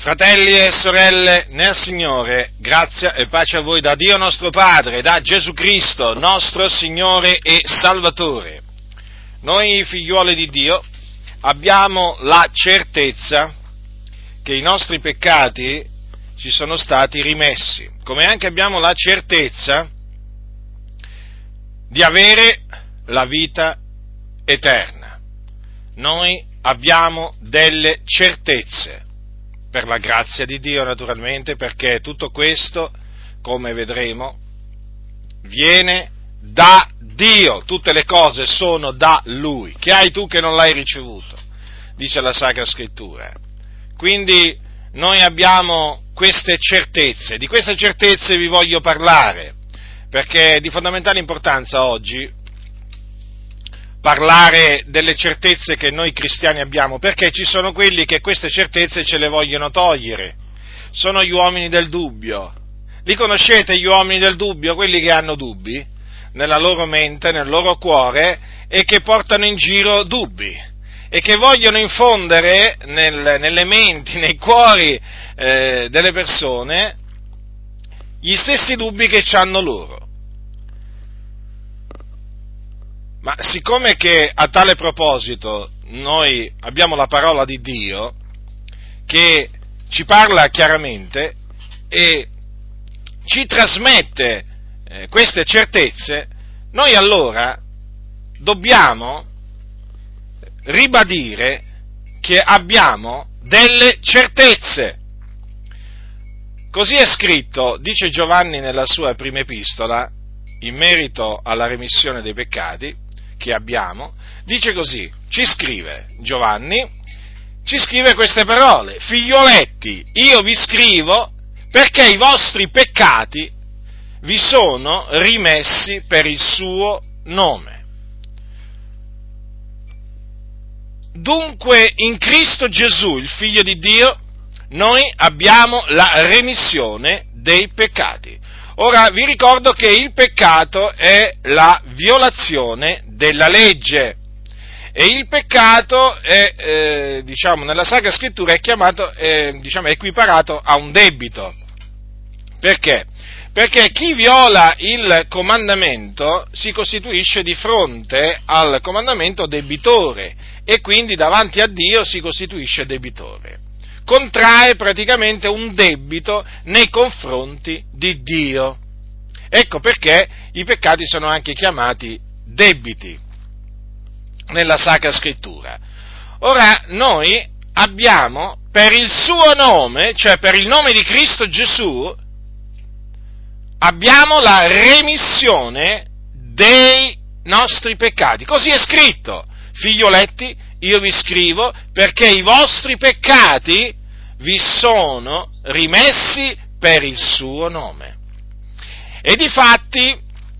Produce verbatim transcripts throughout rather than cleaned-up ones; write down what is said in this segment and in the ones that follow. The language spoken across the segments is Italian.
Fratelli e sorelle nel Signore, grazia e pace a voi da Dio nostro Padre, da Gesù Cristo, nostro Signore e Salvatore. Noi figliuoli di Dio abbiamo la certezza che i nostri peccati ci sono stati rimessi, come anche abbiamo la certezza di avere la vita eterna. Noi abbiamo delle certezze. Per la grazia di Dio, naturalmente, perché tutto questo, come vedremo, viene da Dio. Tutte le cose sono da Lui. Che hai tu che non l'hai ricevuto? Dice la Sacra Scrittura. Quindi noi abbiamo queste certezze. Di queste certezze vi voglio parlare, perché è di fondamentale importanza oggi parlare delle certezze che noi cristiani abbiamo, perché ci sono quelli che queste certezze ce le vogliono togliere, sono gli uomini del dubbio. Li conoscete gli uomini del dubbio? Quelli che hanno dubbi nella loro mente, nel loro cuore, e che portano in giro dubbi, e che vogliono infondere nel, nelle menti, nei cuori eh, delle persone gli stessi dubbi che hanno loro. Ma siccome che a tale proposito noi abbiamo la parola di Dio che ci parla chiaramente e ci trasmette eh, queste certezze, noi allora dobbiamo ribadire che abbiamo delle certezze. Così è scritto, dice Giovanni nella sua prima epistola, in merito alla remissione dei peccati che abbiamo, dice così, ci scrive Giovanni, ci scrive queste parole: figlioletti, io vi scrivo perché i vostri peccati vi sono rimessi per il suo nome. Dunque in Cristo Gesù, il Figlio di Dio, noi abbiamo la remissione dei peccati. Ora vi ricordo che il peccato è la violazione della legge, e il peccato è, eh, diciamo, nella Sacra Scrittura è chiamato, eh, diciamo, è equiparato a un debito. Perché? Perché chi viola il comandamento si costituisce di fronte al comandamento debitore, e quindi davanti a Dio si costituisce debitore. Contrae praticamente un debito nei confronti di Dio. Ecco perché i peccati sono anche chiamati debiti nella Sacra Scrittura. Ora noi abbiamo per il suo nome, cioè per il nome di Cristo Gesù, abbiamo la remissione dei nostri peccati. Così è scritto: figlioletti, io vi scrivo perché i vostri peccati vi sono rimessi per il suo nome. E difatti,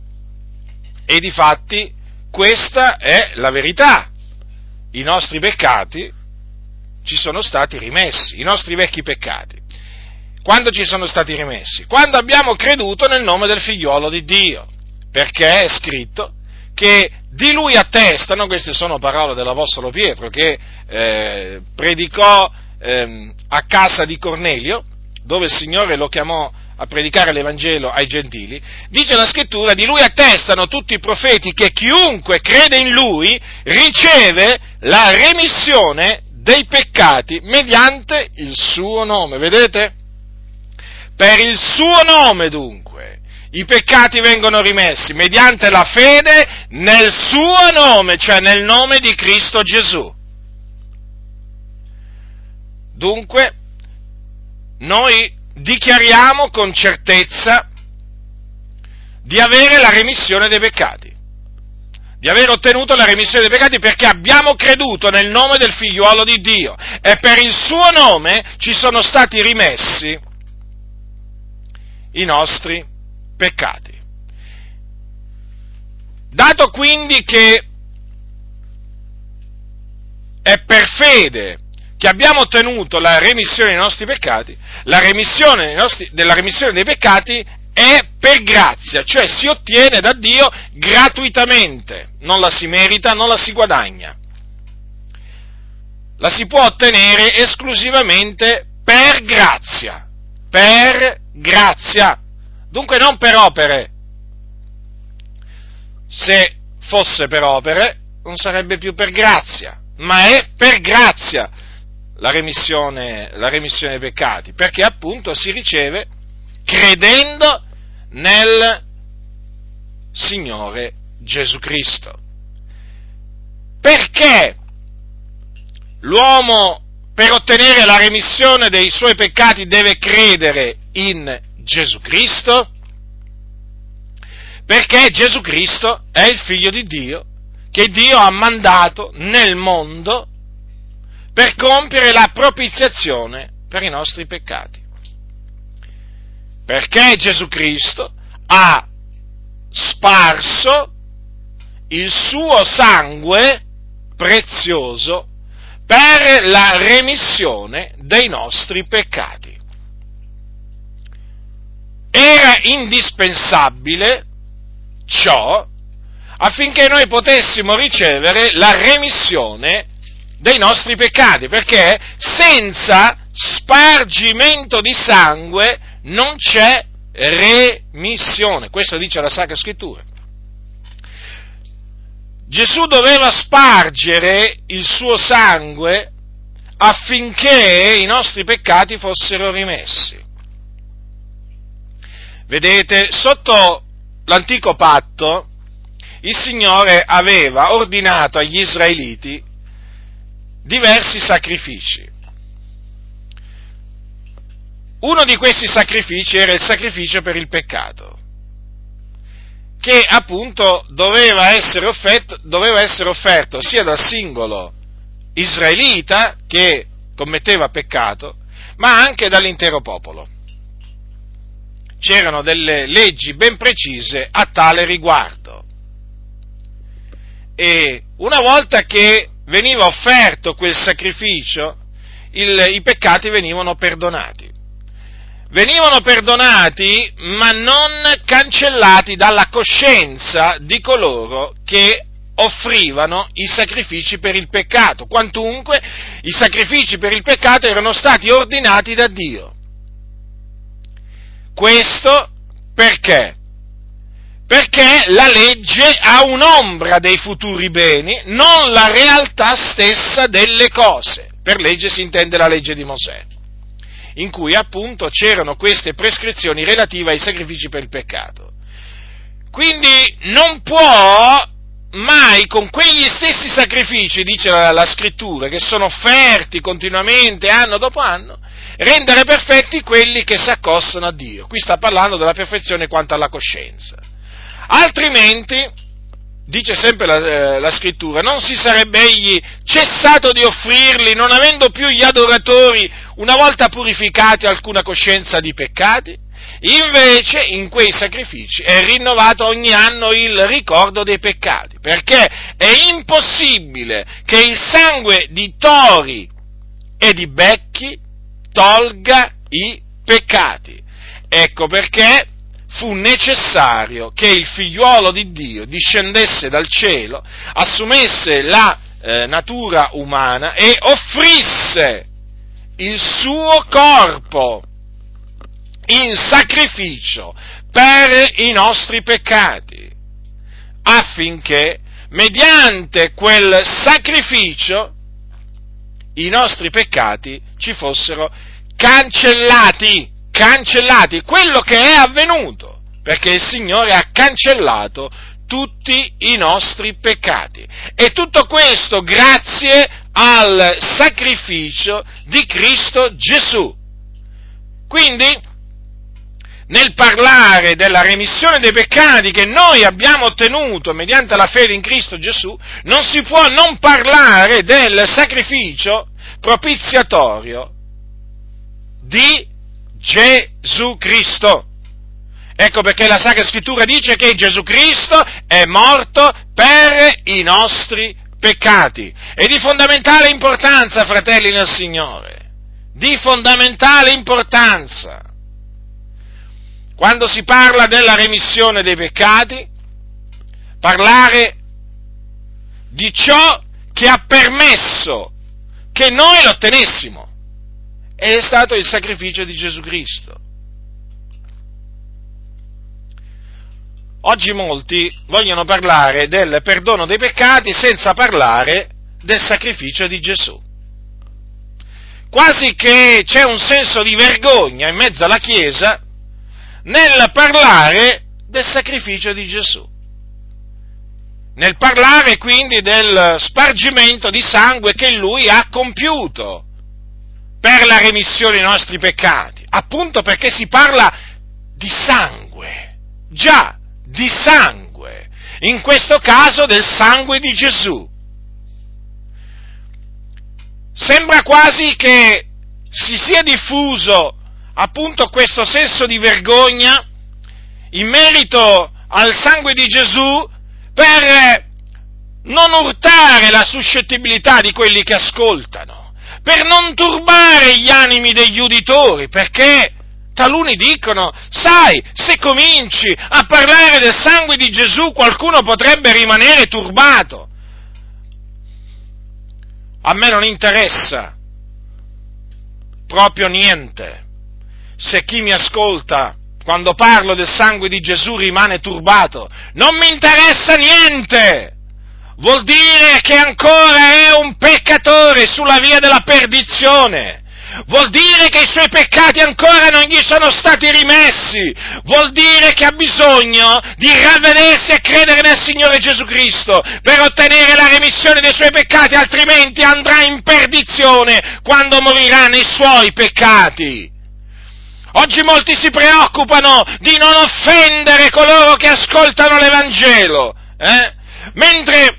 e difatti, questa è la verità. I nostri peccati ci sono stati rimessi, i nostri vecchi peccati. Quando ci sono stati rimessi? Quando abbiamo creduto nel nome del Figliuolo di Dio, perché è scritto che di lui attestano, queste sono parole dell'Apostolo Pietro che eh, predicò eh, a casa di Cornelio, dove il Signore lo chiamò a predicare l'Evangelo ai gentili. Dice la Scrittura: di lui attestano tutti i profeti che chiunque crede in lui riceve la remissione dei peccati mediante il suo nome. Vedete? Per il suo nome, dunque, i peccati vengono rimessi mediante la fede nel suo nome, cioè nel nome di Cristo Gesù. Dunque, noi dichiariamo con certezza di avere la remissione dei peccati, di aver ottenuto la remissione dei peccati perché abbiamo creduto nel nome del Figliuolo di Dio, e per il suo nome ci sono stati rimessi i nostri peccati. Dato quindi che è per fede che abbiamo ottenuto la remissione dei nostri peccati, la remissione dei nostri, della remissione dei peccati è per grazia, cioè si ottiene da Dio gratuitamente, non la si merita, non la si guadagna. La si può ottenere esclusivamente per per grazia, per grazia, dunque non per opere. Se fosse per opere non sarebbe più per grazia, ma è per grazia la remissione, la remissione dei peccati, perché appunto si riceve credendo nel Signore Gesù Cristo. Perché l'uomo, per ottenere la remissione dei suoi peccati, deve credere in Gesù Cristo? Perché Gesù Cristo è il Figlio di Dio, che Dio ha mandato nel mondo per compiere la propiziazione per i nostri peccati. Perché Gesù Cristo ha sparso il suo sangue prezioso per la remissione dei nostri peccati. Era indispensabile ciò affinché noi potessimo ricevere la remissione dei nostri peccati, perché senza spargimento di sangue non c'è remissione. Questo dice la Sacra Scrittura. Gesù doveva spargere il suo sangue affinché i nostri peccati fossero rimessi. Vedete, sotto l'antico patto il Signore aveva ordinato agli israeliti diversi sacrifici. Uno di questi sacrifici era il sacrificio per il peccato, che appunto doveva essere offerto, doveva essere offerto sia dal singolo israelita che commetteva peccato, ma anche dall'intero popolo. C'erano delle leggi ben precise a tale riguardo. E una volta che veniva offerto quel sacrificio, il, i peccati venivano perdonati. Venivano perdonati, ma non cancellati dalla coscienza di coloro che offrivano i sacrifici per il peccato, quantunque i sacrifici per il peccato erano stati ordinati da Dio. Questo perché? Perché la legge ha un'ombra dei futuri beni, non la realtà stessa delle cose. Per legge si intende la legge di Mosè, in cui appunto c'erano queste prescrizioni relative ai sacrifici per il peccato. Quindi non può mai con quegli stessi sacrifici, dice la, la Scrittura, che sono offerti continuamente anno dopo anno, rendere perfetti quelli che si accostano a Dio. Qui sta parlando della perfezione quanto alla coscienza. Altrimenti, dice sempre la, eh, la Scrittura, non si sarebbe egli cessato di offrirli, non avendo più gli adoratori, una volta purificati, alcuna coscienza di peccati? Invece, in quei sacrifici è rinnovato ogni anno il ricordo dei peccati, perché è impossibile che il sangue di tori e di becchi tolga i peccati. Ecco perché fu necessario che il figliuolo di Dio discendesse dal cielo, assumesse la eh, natura umana e offrisse il suo corpo in sacrificio per i nostri peccati, affinché mediante quel sacrificio i nostri peccati ci fossero cancellati. cancellati, quello che è avvenuto, perché il Signore ha cancellato tutti i nostri peccati. E tutto questo grazie al sacrificio di Cristo Gesù. Quindi, nel parlare della remissione dei peccati che noi abbiamo ottenuto mediante la fede in Cristo Gesù, non si può non parlare del sacrificio propiziatorio di Gesù Cristo. Ecco perché la Sacra Scrittura dice che Gesù Cristo è morto per i nostri peccati. È di fondamentale importanza, fratelli nel Signore, di fondamentale importanza. Quando si parla della remissione dei peccati, parlare di ciò che ha permesso che noi lo ottenessimo. ed è stato il sacrificio di Gesù Cristo. Oggi molti vogliono parlare del perdono dei peccati senza parlare del sacrificio di Gesù. Quasi che c'è un senso di vergogna in mezzo alla Chiesa nel parlare del sacrificio di Gesù, nel parlare quindi del spargimento di sangue che Lui ha compiuto per la remissione dei nostri peccati, appunto perché si parla di sangue, già, di sangue, in questo caso del sangue di Gesù. Sembra quasi che si sia diffuso appunto questo senso di vergogna in merito al sangue di Gesù per non urtare la suscettibilità di quelli che ascoltano, per non turbare gli animi degli uditori, perché taluni dicono, sai, se cominci a parlare del sangue di Gesù qualcuno potrebbe rimanere turbato. A me non interessa proprio niente se chi mi ascolta quando parlo del sangue di Gesù rimane turbato. Non mi interessa niente. Vuol dire che ancora è un peccatore sulla via della perdizione. Vuol dire che i suoi peccati ancora non gli sono stati rimessi, vuol dire che ha bisogno di ravvedersi e credere nel Signore Gesù Cristo per ottenere la remissione dei suoi peccati, altrimenti andrà in perdizione quando morirà nei suoi peccati. Oggi molti si preoccupano di non offendere coloro che ascoltano l'Evangelo, eh? mentre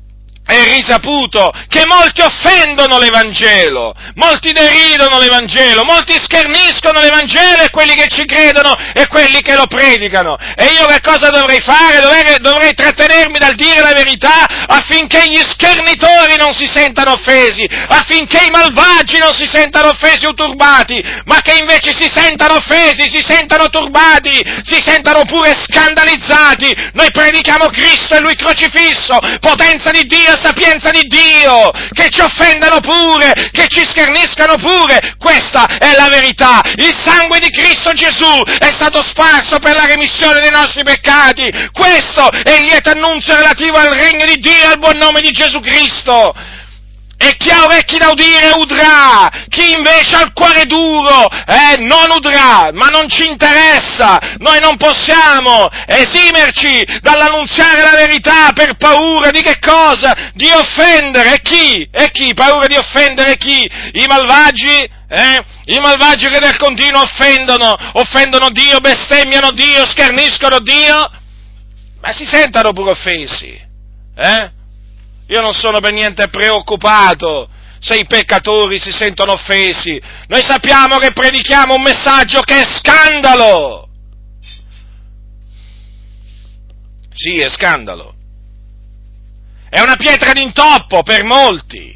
è risaputo che molti offendono l'Evangelo, molti deridono l'Evangelo, molti scherniscono l'Evangelo e quelli che ci credono e quelli che lo predicano. E io che cosa dovrei fare? Dovrei, dovrei trattenermi dal dire la verità affinché gli schernitori non si sentano offesi, affinché i malvagi non si sentano offesi o turbati, ma che invece si sentano offesi, si sentano turbati, si sentano pure scandalizzati. Noi predichiamo Cristo e Lui crocifisso, potenza di Dio, sapienza di Dio, che ci offendano pure, che ci scherniscano pure, questa è la verità. Il sangue di Cristo Gesù è stato sparso per la remissione dei nostri peccati, questo è il lieto annunzio relativo al regno di Dio e al buon nome di Gesù Cristo. E chi ha orecchi da udire udrà, chi invece ha il cuore duro eh, non udrà, ma non ci interessa, noi non possiamo esimerci dall'annunziare la verità per paura di che cosa? Di offendere, e chi? E chi? Paura di offendere chi? I malvagi? Eh? I malvagi che del continuo offendono, offendono Dio, bestemmiano Dio, scherniscono Dio, ma si sentano pure offesi, eh? Io non sono per niente preoccupato se i peccatori si sentono offesi. Noi sappiamo che predichiamo un messaggio che è scandalo. Sì, è scandalo. È una pietra d'intoppo per molti.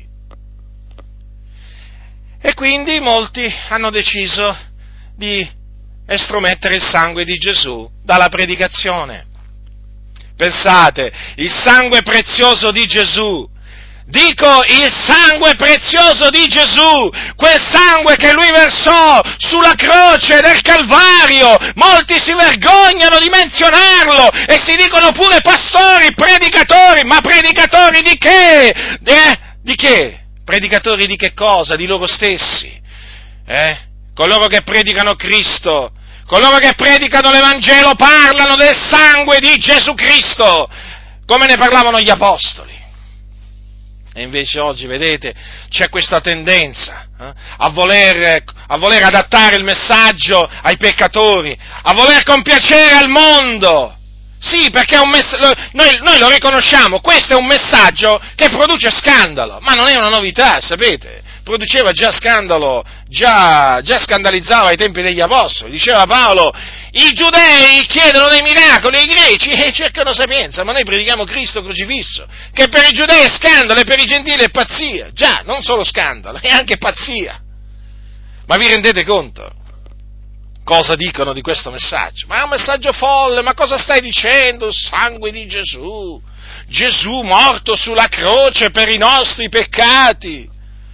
E quindi molti hanno deciso di estromettere il sangue di Gesù dalla predicazione. Pensate, il sangue prezioso di Gesù, dico il sangue prezioso di Gesù, quel sangue che Lui versò sulla croce del Calvario, molti si vergognano di menzionarlo e si dicono pure pastori, predicatori, ma predicatori di che? Eh? Di che? Predicatori di che cosa? Di loro stessi, eh? Coloro che predicano Cristo, coloro che predicano l'Evangelo parlano del sangue di Gesù Cristo, come ne parlavano gli Apostoli. E invece oggi, vedete, c'è questa tendenza eh, a, voler, a voler adattare il messaggio ai peccatori, a voler compiacere al mondo. Sì, perché è un mess- noi, noi lo riconosciamo, questo è un messaggio che produce scandalo, ma non è una novità, sapete? Produceva già scandalo, già, già scandalizzava ai tempi degli Apostoli. Diceva Paolo, i giudei chiedono dei miracoli ai greci e cercano sapienza, ma noi predichiamo Cristo crocifisso, che per i giudei è scandalo e per i gentili è pazzia. Già, non solo scandalo, è anche pazzia. Ma vi rendete conto? Cosa dicono di questo messaggio? Ma è un messaggio folle, ma cosa stai dicendo? Il sangue di Gesù, Gesù morto sulla croce per i nostri peccati.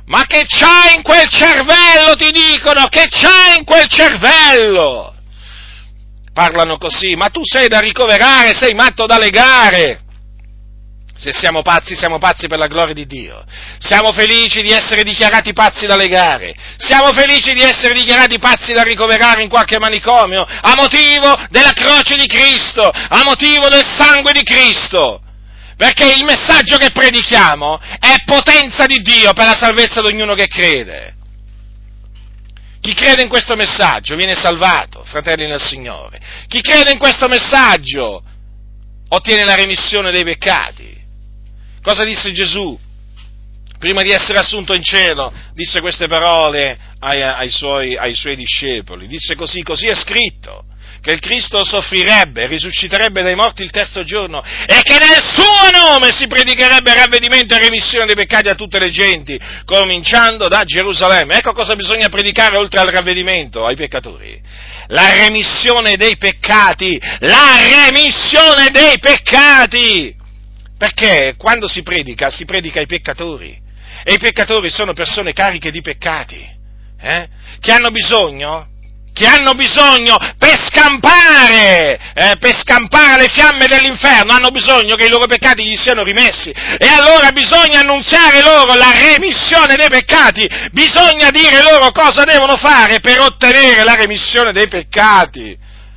Ma che c'hai in quel cervello, ti dicono, che c'hai in quel cervello? Parlano così, ma tu sei da ricoverare, sei matto da legare. Se siamo pazzi, siamo pazzi per la gloria di Dio. Siamo felici di essere dichiarati pazzi da legare. Siamo felici di essere dichiarati pazzi da ricoverare in qualche manicomio a motivo della croce di Cristo, a motivo del sangue di Cristo. Perché il messaggio che predichiamo è potenza di Dio per la salvezza di ognuno che crede. Chi crede in questo messaggio viene salvato, fratelli nel Signore. Chi crede in questo messaggio ottiene la remissione dei peccati. Cosa disse Gesù? Prima di essere assunto in cielo, disse queste parole ai, ai, suoi, ai suoi discepoli. Disse così, così è scritto, che il Cristo soffrirebbe, risusciterebbe dai morti il terzo giorno e che nel suo nome si predicherebbe ravvedimento e remissione dei peccati a tutte le genti, cominciando da Gerusalemme. Ecco cosa bisogna predicare oltre al ravvedimento ai peccatori. La remissione dei peccati, la remissione dei peccati! Perché quando si predica, si predica ai peccatori, e i peccatori sono persone cariche di peccati, eh? che hanno bisogno, che hanno bisogno per scampare, eh, per scampare le fiamme dell'inferno, hanno bisogno che i loro peccati gli siano rimessi, e allora bisogna annunziare loro la remissione dei peccati, bisogna dire loro cosa devono fare per ottenere la remissione dei peccati.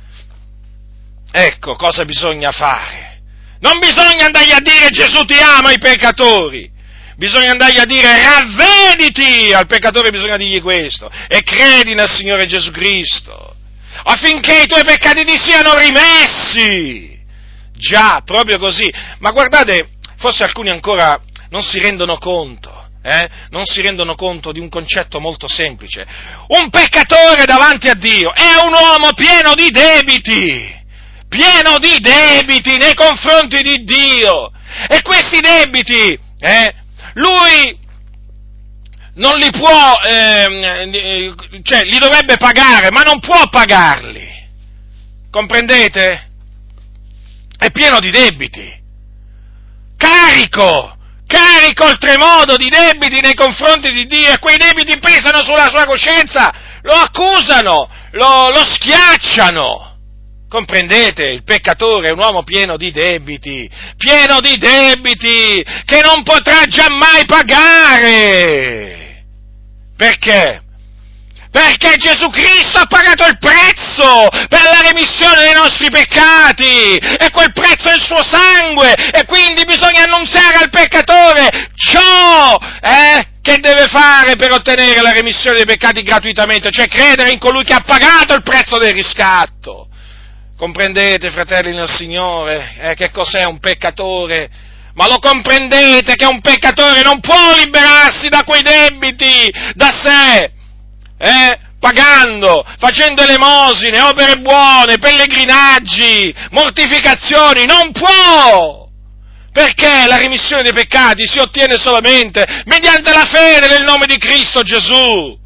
Ecco cosa bisogna fare. Non bisogna andargli a dire Gesù ti ama ai peccatori, bisogna andargli a dire ravvediti, al peccatore bisogna dirgli questo, e credi nel Signore Gesù Cristo, affinché i tuoi peccati ti siano rimessi. Già, proprio così. Ma guardate, forse alcuni ancora non si rendono conto, eh? non si rendono conto di un concetto molto semplice. Un peccatore davanti a Dio è un uomo pieno di debiti, pieno di debiti nei confronti di Dio, e questi debiti, eh, lui non li può, eh, cioè li dovrebbe pagare, ma non può pagarli, comprendete? È pieno di debiti, carico, carico oltremodo di debiti nei confronti di Dio, e quei debiti pesano sulla sua coscienza, lo accusano, lo, lo schiacciano. Comprendete? Il peccatore è un uomo pieno di debiti, pieno di debiti, che non potrà giammai pagare. Perché? Perché Gesù Cristo ha pagato il prezzo per la remissione dei nostri peccati, e quel prezzo è il suo sangue, e quindi bisogna annunziare al peccatore ciò, eh, che deve fare per ottenere la remissione dei peccati gratuitamente, cioè credere in colui che ha pagato il prezzo del riscatto. Comprendete, fratelli nel Signore, eh, che cos'è un peccatore? Ma lo comprendete che un peccatore non può liberarsi da quei debiti da sé, eh, pagando, facendo elemosine, opere buone, pellegrinaggi, mortificazioni, non può! Perché la remissione dei peccati si ottiene solamente mediante la fede nel nome di Cristo Gesù.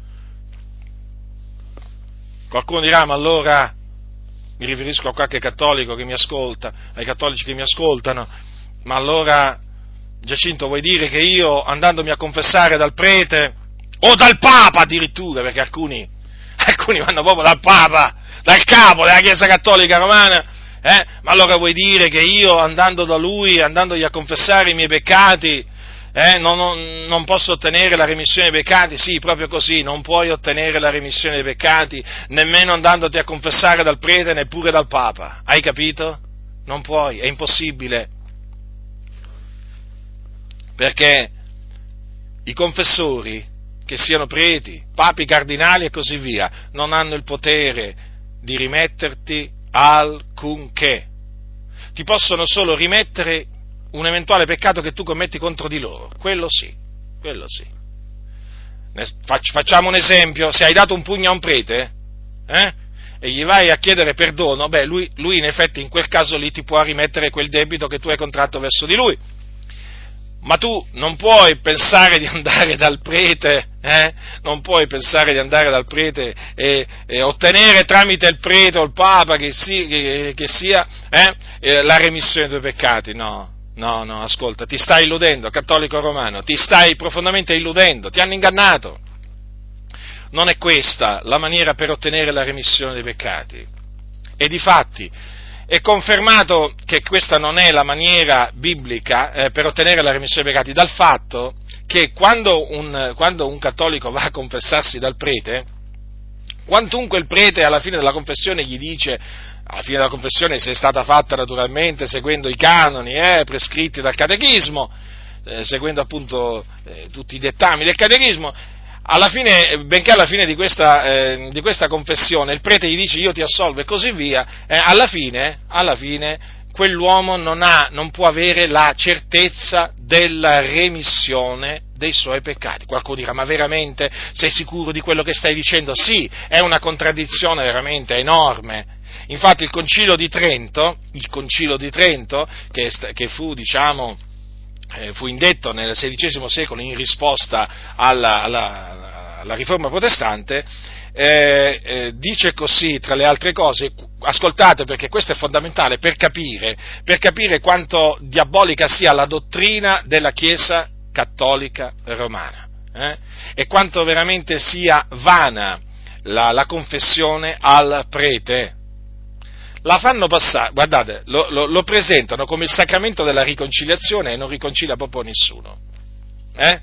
Qualcuno dirà, ma allora... mi riferisco a qualche cattolico che mi ascolta, ai cattolici che mi ascoltano, ma allora, Giacinto, vuoi dire che io, andandomi a confessare dal prete, o dal Papa addirittura, perché alcuni, alcuni vanno proprio dal Papa, dal capo della Chiesa Cattolica Romana, eh? Ma allora vuoi dire che io, andando da lui, andandogli a confessare i miei peccati, Eh, non, non, non posso ottenere la remissione dei peccati? Sì, proprio così, non puoi ottenere la remissione dei peccati nemmeno andandoti a confessare dal prete, neppure dal Papa, hai capito? Non puoi, è impossibile, perché i confessori, che siano preti, papi, cardinali e così via, non hanno il potere di rimetterti alcunché, ti possono solo rimettere un eventuale peccato che tu commetti contro di loro, quello sì, quello sì. Facciamo un esempio: se hai dato un pugno a un prete, eh, e gli vai a chiedere perdono, beh, lui, lui in effetti in quel caso lì ti può rimettere quel debito che tu hai contratto verso di lui, ma tu non puoi pensare di andare dal prete, eh, non puoi pensare di andare dal prete e, e ottenere tramite il prete o il Papa che, si, che, che sia, eh, la remissione dei tuoi peccati, no. no, no, ascolta, ti stai illudendo, cattolico romano, ti stai profondamente illudendo, ti hanno ingannato. Non è questa la maniera per ottenere la remissione dei peccati. E difatti è confermato che questa non è la maniera biblica eh, per ottenere la remissione dei peccati dal fatto che quando un, quando un cattolico va a confessarsi dal prete, quantunque il prete alla fine della confessione gli dice, alla fine della confessione, se è stata fatta naturalmente seguendo i canoni eh, prescritti dal catechismo, eh, seguendo appunto eh, tutti i dettami del catechismo, alla fine, benché alla fine di questa, eh, di questa confessione il prete gli dice io ti assolvo e così via, eh, alla fine, alla fine quell'uomo non ha, non può avere la certezza della remissione dei suoi peccati. Qualcuno dirà, ma veramente sei sicuro di quello che stai dicendo? Sì, è una contraddizione veramente enorme. Infatti il Concilio di Trento, il Concilio di Trento, che, che fu, diciamo, eh, fu indetto nel sedicesimo secolo in risposta alla, alla, alla riforma protestante, eh, eh, dice così, tra le altre cose, ascoltate perché questo è fondamentale per capire, per capire quanto diabolica sia la dottrina della Chiesa cattolica romana, eh, e quanto veramente sia vana la, la confessione al prete. La fanno passare, guardate, lo, lo, lo presentano come il sacramento della riconciliazione e non riconcilia proprio nessuno. Eh?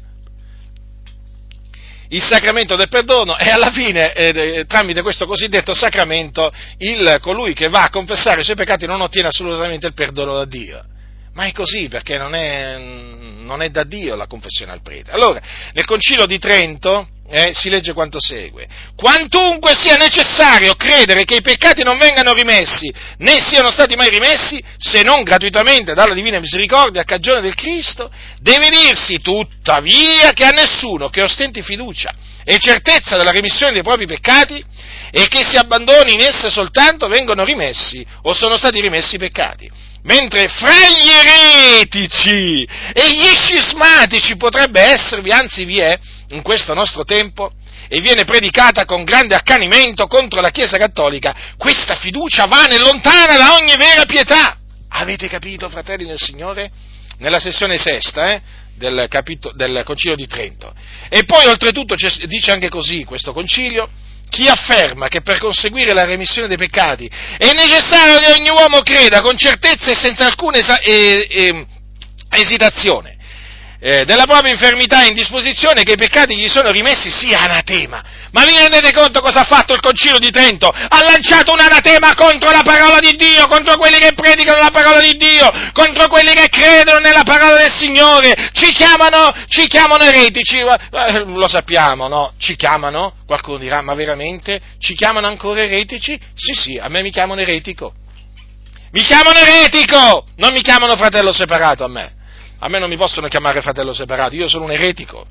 Il sacramento del perdono e alla fine, eh, tramite questo cosiddetto sacramento, il, colui che va a confessare i suoi peccati non ottiene assolutamente il perdono da Dio. Ma è così, perché non è, non è da Dio la confessione al prete. Allora, nel Concilio di Trento eh, si legge quanto segue: quantunque sia necessario credere che i peccati non vengano rimessi, né siano stati mai rimessi, se non gratuitamente dalla divina misericordia a cagione del Cristo, deve dirsi tuttavia che a nessuno che ostenti fiducia e certezza della remissione dei propri peccati e che si abbandoni in esse soltanto vengono rimessi o sono stati rimessi i peccati. Mentre fra gli eretici e gli scismatici potrebbe esservi, anzi vi è, in questo nostro tempo, e viene predicata con grande accanimento contro la Chiesa cattolica, questa fiducia vana e lontana da ogni vera pietà. Avete capito, fratelli nel Signore? Nella sessione sesta, eh, del, capito- del Concilio di Trento. E poi, oltretutto, dice anche così questo Concilio: chi afferma che per conseguire la remissione dei peccati è necessario che ogni uomo creda con certezza e senza alcuna esa- e, e, esitazione eh, della propria infermità e indisposizione che i peccati gli sono rimessi, sia anatema. Ma vi rendete conto cosa ha fatto il Concilio di Trento? Ha lanciato un anatema contro la parola di Dio, contro quelli che predicano la parola di Dio, contro quelli che credono nella parola del Signore. Ci chiamano, ci chiamano eretici, eh, lo sappiamo, no? Ci chiamano? Qualcuno dirà, ma veramente? Ci chiamano ancora eretici? Sì, sì, a me mi chiamano eretico. Mi chiamano eretico! Non mi chiamano fratello separato a me. A me non mi possono chiamare fratello separato, io sono un eretico.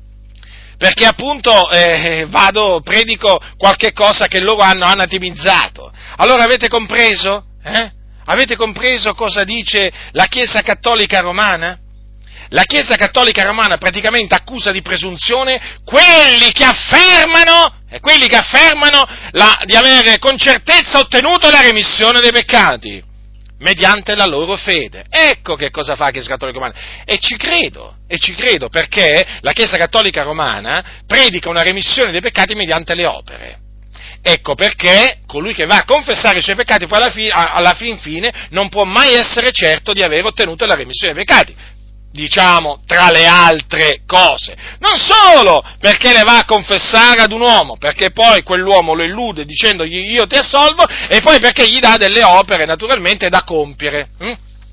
Perché appunto eh, vado, predico qualche cosa che loro hanno anatemizzato. Allora avete compreso? Eh? Avete compreso cosa dice la Chiesa Cattolica Romana? La Chiesa Cattolica Romana praticamente accusa di presunzione quelli che affermano, eh, quelli che affermano la, di avere con certezza ottenuto la remissione dei peccati mediante la loro fede. Ecco che cosa fa la Chiesa Cattolica Romana. E ci credo, e ci credo perché la Chiesa Cattolica Romana predica una remissione dei peccati mediante le opere. Ecco perché colui che va a confessare i suoi peccati poi alla, fi, alla fin fine non può mai essere certo di aver ottenuto la remissione dei peccati. Diciamo, tra le altre cose. Non solo perché le va a confessare ad un uomo, perché poi quell'uomo lo illude dicendogli io ti assolvo, e poi perché gli dà delle opere naturalmente da compiere. Hm?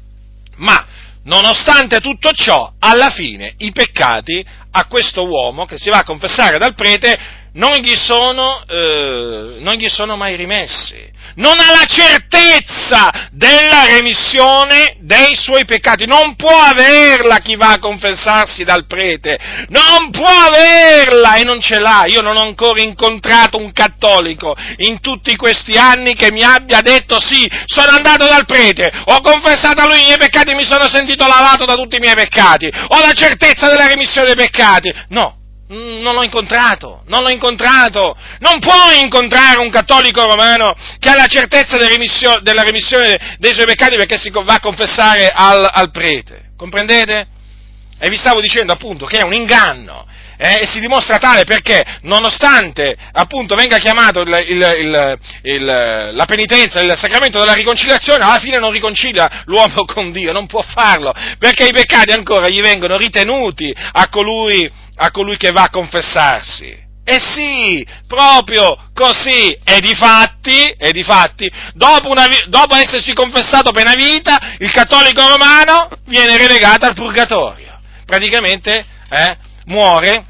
Ma, nonostante tutto ciò, alla fine i peccati a questo uomo che si va a confessare dal prete non gli sono, eh, non gli sono mai rimessi. Non ha la certezza della remissione dei suoi peccati, non può averla chi va a confessarsi dal prete, non può averla e non ce l'ha. Io non ho ancora incontrato un cattolico in tutti questi anni che mi abbia detto sì, sono andato dal prete, ho confessato a lui i miei peccati e mi sono sentito lavato da tutti i miei peccati, ho la certezza della remissione dei peccati. No. Non l'ho incontrato, non l'ho incontrato. Non puoi incontrare un cattolico romano che ha la certezza della remissione, della remissione dei suoi peccati perché si va a confessare al, al prete. Comprendete? E vi stavo dicendo appunto che è un inganno. Eh, e si dimostra tale perché, nonostante appunto venga chiamato il, il, il, il, la penitenza, il sacramento della riconciliazione, alla fine non riconcilia l'uomo con Dio, non può farlo, perché i peccati ancora gli vengono ritenuti a colui, a colui che va a confessarsi. Eh sì, proprio così, e difatti, e difatti, dopo, una, dopo essersi confessato pena vita, il cattolico romano viene relegato al purgatorio, praticamente, eh, muore,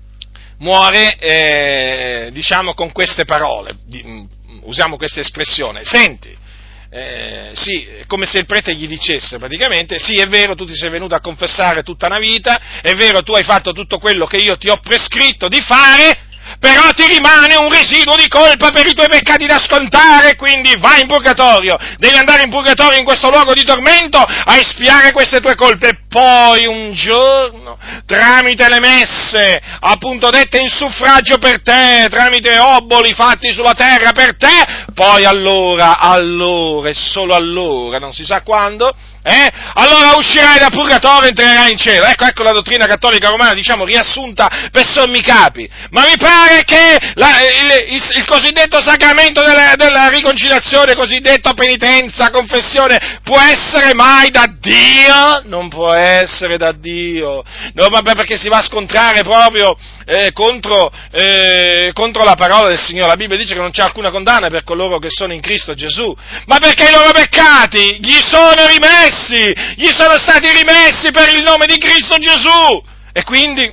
muore eh, diciamo con queste parole, di, usiamo questa espressione, senti, eh, sì, è come se il prete gli dicesse praticamente, sì è vero, tu ti sei venuto a confessare tutta una vita, è vero, tu hai fatto tutto quello che io ti ho prescritto di fare, però ti rimane un residuo di colpa per i tuoi peccati da scontare, quindi vai in purgatorio, devi andare in purgatorio in questo luogo di tormento a espiare queste tue colpe, e poi un giorno, tramite le messe, appunto dette in suffragio per te, tramite oboli fatti sulla terra per te, poi allora, allora e solo allora, non si sa quando, Eh? allora uscirai da purgatorio e entrerai in cielo. Ecco, ecco la dottrina cattolica romana, diciamo, riassunta per sommi capi. Ma mi pare che la, il, il, il cosiddetto sacramento della, della riconciliazione, cosiddetto penitenza, confessione, può essere mai da Dio? Non può essere da Dio. No, vabbè, perché si va a scontrare proprio eh, contro, eh, contro la parola del Signore. La Bibbia dice che non c'è alcuna condanna per coloro che sono in Cristo Gesù, ma perché i loro peccati gli sono rimessi, gli sono stati rimessi per il nome di Cristo Gesù, e quindi,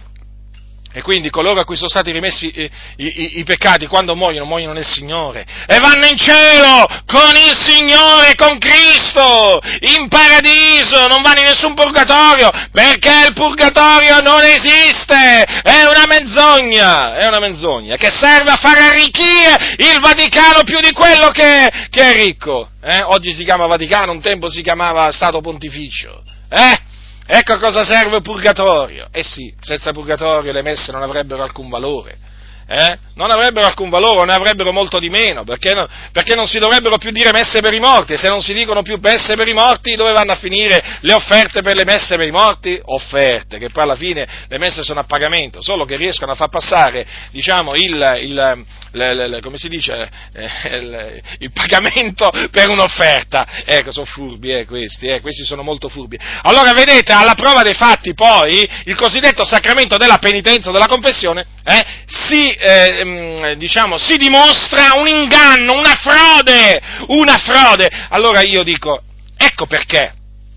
e quindi coloro a cui sono stati rimessi i, i, i peccati, quando muoiono, muoiono nel Signore, e vanno in cielo con il Signore, con Cristo, in paradiso, non vanno in nessun purgatorio, perché il purgatorio non esiste, è una menzogna, è una menzogna, che serve a far arricchire il Vaticano più di quello che, che è ricco. Eh? Oggi si chiama Vaticano, un tempo si chiamava Stato Pontificio, eh? Ecco a cosa serve il purgatorio. Eh sì, senza purgatorio le messe non avrebbero alcun valore. Eh? Non avrebbero alcun valore, ne avrebbero molto di meno, perché, no, perché non si dovrebbero più dire messe per i morti, e se non si dicono più messe per i morti, dove vanno a finire le offerte per le messe per i morti? Offerte, che poi alla fine le messe sono a pagamento, solo che riescono a far passare, diciamo, il, il, le, le, le, come si dice, eh, il, il pagamento per un'offerta. Ecco, sono furbi, eh, questi, eh, questi sono molto furbi. Allora, vedete, alla prova dei fatti, poi, il cosiddetto sacramento della penitenza o della confessione, eh, si Eh, diciamo, si dimostra un inganno, una frode, una frode. Allora io dico, ecco perché,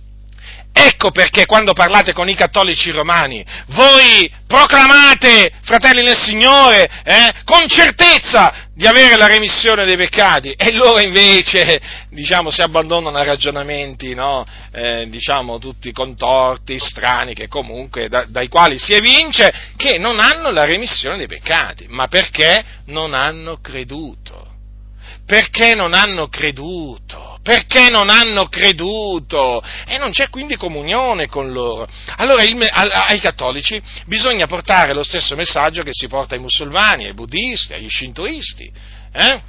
ecco perché quando parlate con i cattolici romani, voi proclamate, fratelli nel Signore, eh, con certezza di avere la remissione dei peccati, e loro invece, diciamo, si abbandonano a ragionamenti, no, eh, diciamo, tutti contorti, strani, che comunque, da, dai quali si evince che non hanno la remissione dei peccati. Ma perché non hanno creduto? Perché non hanno creduto? Perché non hanno creduto? E non c'è quindi comunione con loro. Allora il, ai cattolici bisogna portare lo stesso messaggio che si porta ai musulmani, ai buddisti, agli shintoisti, eh?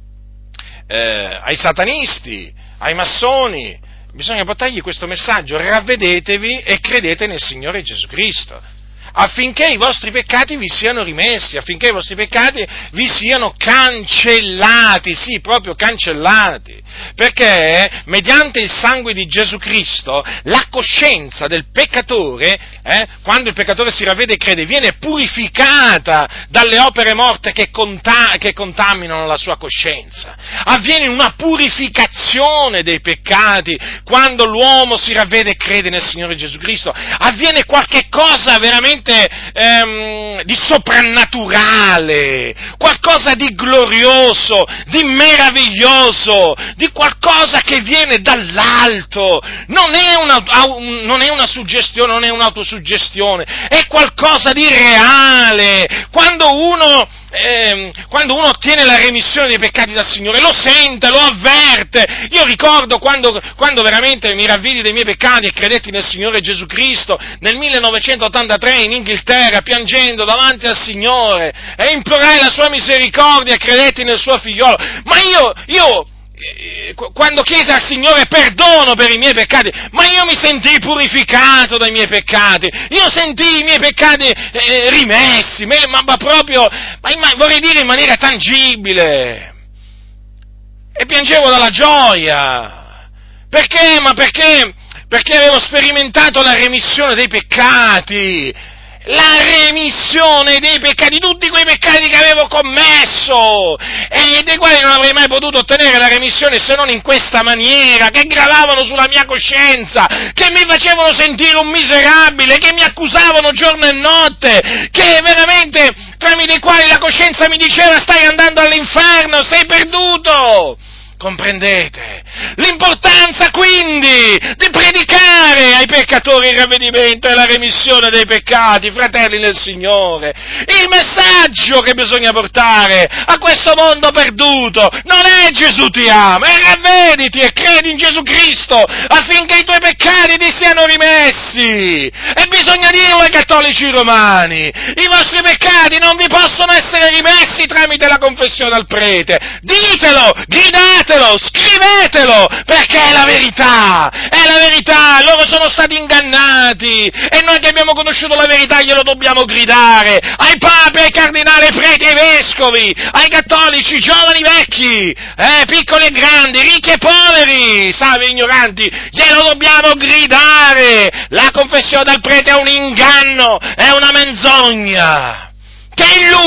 Eh, ai satanisti, ai massoni. Bisogna portargli questo messaggio: ravvedetevi e credete nel Signore Gesù Cristo, affinché i vostri peccati vi siano rimessi, affinché i vostri peccati vi siano cancellati, sì, proprio cancellati, perché mediante il sangue di Gesù Cristo la coscienza del peccatore, eh, quando il peccatore si ravvede e crede, viene purificata dalle opere morte che, conta- che contaminano la sua coscienza. Avviene una purificazione dei peccati quando l'uomo si ravvede e crede nel Signore Gesù Cristo. Avviene qualche cosa veramente Ehm, di soprannaturale, qualcosa di glorioso, di meraviglioso, di qualcosa che viene dall'alto. Non è una, non è una suggestione, non è un'autosuggestione, è qualcosa di reale. Quando uno eh, quando uno ottiene la remissione dei peccati dal Signore, lo sente, lo avverte. Io ricordo quando, quando veramente mi ravvidi dei miei peccati e credetti nel Signore Gesù Cristo, nel millenovecentottantatré in Inghilterra, piangendo davanti al Signore, e implorai la sua misericordia e credetti nel suo figliolo. Ma io, io, quando chiesi al Signore perdono per i miei peccati, ma io mi sentii purificato dai miei peccati, io sentii i miei peccati eh, rimessi, ma, ma proprio, ma, ma vorrei dire in maniera tangibile, e piangevo dalla gioia. Perché? Ma perché? Perché avevo sperimentato la remissione dei peccati, la remissione dei peccati, tutti quei peccati che avevo commesso e dei quali non avrei mai potuto ottenere la remissione se non in questa maniera, che gravavano sulla mia coscienza, che mi facevano sentire un miserabile, che mi accusavano giorno e notte, che veramente tramite i quali la coscienza mi diceva: stai andando all'inferno, sei perduto. Comprendete? L'importanza quindi di predicare ai peccatori il ravvedimento e la remissione dei peccati, fratelli nel Signore. Il messaggio che bisogna portare a questo mondo perduto non è Gesù ti ama, è ravvediti e credi in Gesù Cristo affinché i tuoi peccati ti siano rimessi. E bisogna dirlo ai cattolici romani: i vostri peccati non vi possono essere rimessi tramite la confessione al prete. Ditelo, gridate, scrivetelo, perché è la verità, è la verità. Loro sono stati ingannati e noi che abbiamo conosciuto la verità glielo dobbiamo gridare ai papi, ai cardinali, ai preti, ai vescovi, ai cattolici, giovani, vecchi, eh, piccoli e grandi, ricchi e poveri, savi e ignoranti, glielo dobbiamo gridare. La confessione del prete è un inganno, è una menzogna che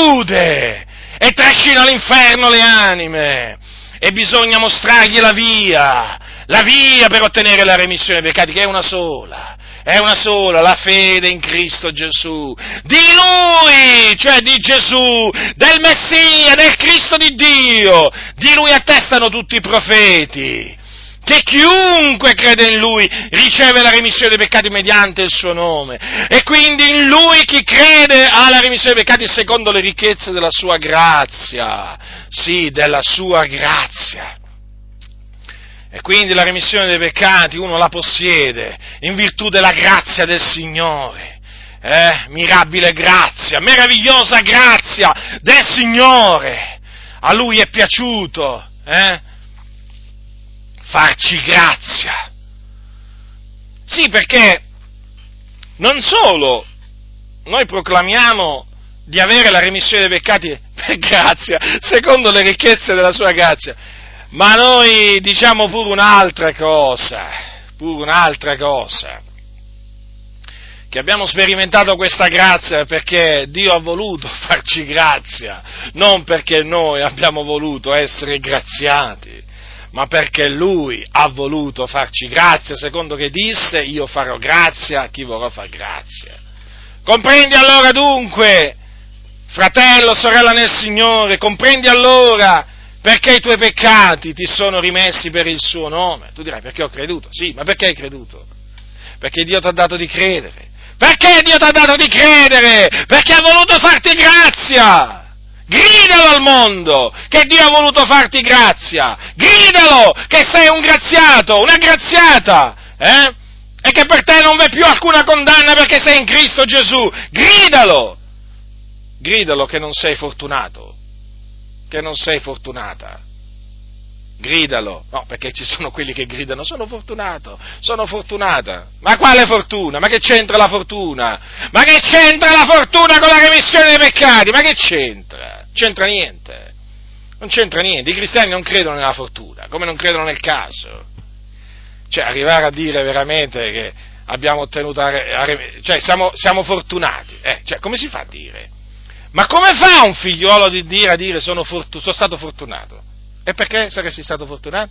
illude e trascina all'inferno le anime. E bisogna mostrargli la via, la via per ottenere la remissione dei peccati, che è una sola, è una sola, la fede in Cristo Gesù, di Lui, cioè di Gesù, del Messia, del Cristo di Dio. Di Lui attestano tutti i profeti, che chiunque crede in Lui riceve la remissione dei peccati mediante il suo nome, e quindi in Lui chi crede ha la remissione dei peccati secondo le ricchezze della sua grazia, sì, della sua grazia. E quindi la remissione dei peccati uno la possiede in virtù della grazia del Signore, eh? Mirabile grazia, meravigliosa grazia del Signore. A Lui è piaciuto, eh? farci grazia. Sì, perché non solo noi proclamiamo di avere la remissione dei peccati per grazia, secondo le ricchezze della sua grazia, ma noi diciamo pure un'altra cosa, pure un'altra cosa, che abbiamo sperimentato questa grazia perché Dio ha voluto farci grazia, non perché noi abbiamo voluto essere graziati, ma perché Lui ha voluto farci grazia, secondo che disse: io farò grazia a chi vorrò far grazia. Comprendi allora dunque, fratello, sorella nel Signore, comprendi allora perché i tuoi peccati ti sono rimessi per il suo nome. Tu dirai: perché ho creduto? Sì, ma perché hai creduto? Perché Dio ti ha dato di credere. Perché Dio ti ha dato di credere? Perché ha voluto farti grazia. Gridalo al mondo che Dio ha voluto farti grazia, gridalo che sei un graziato, una graziata, eh? E che per te non v'è più alcuna condanna perché sei in Cristo Gesù, gridalo, gridalo che non sei fortunato, che non sei fortunata, gridalo, no, perché ci sono quelli che gridano: sono fortunato, sono fortunata. Ma quale fortuna? Ma che c'entra la fortuna? Ma che c'entra la fortuna con la remissione dei peccati? Ma che c'entra? C'entra niente, non c'entra niente. I cristiani non credono nella fortuna, come non credono nel caso. Cioè, arrivare a dire veramente che abbiamo ottenuto, la, cioè siamo, siamo fortunati, eh, cioè come si fa a dire? Ma come fa un figliolo di dire a dire sono, fortu- sono stato fortunato? E perché saresti stato fortunato?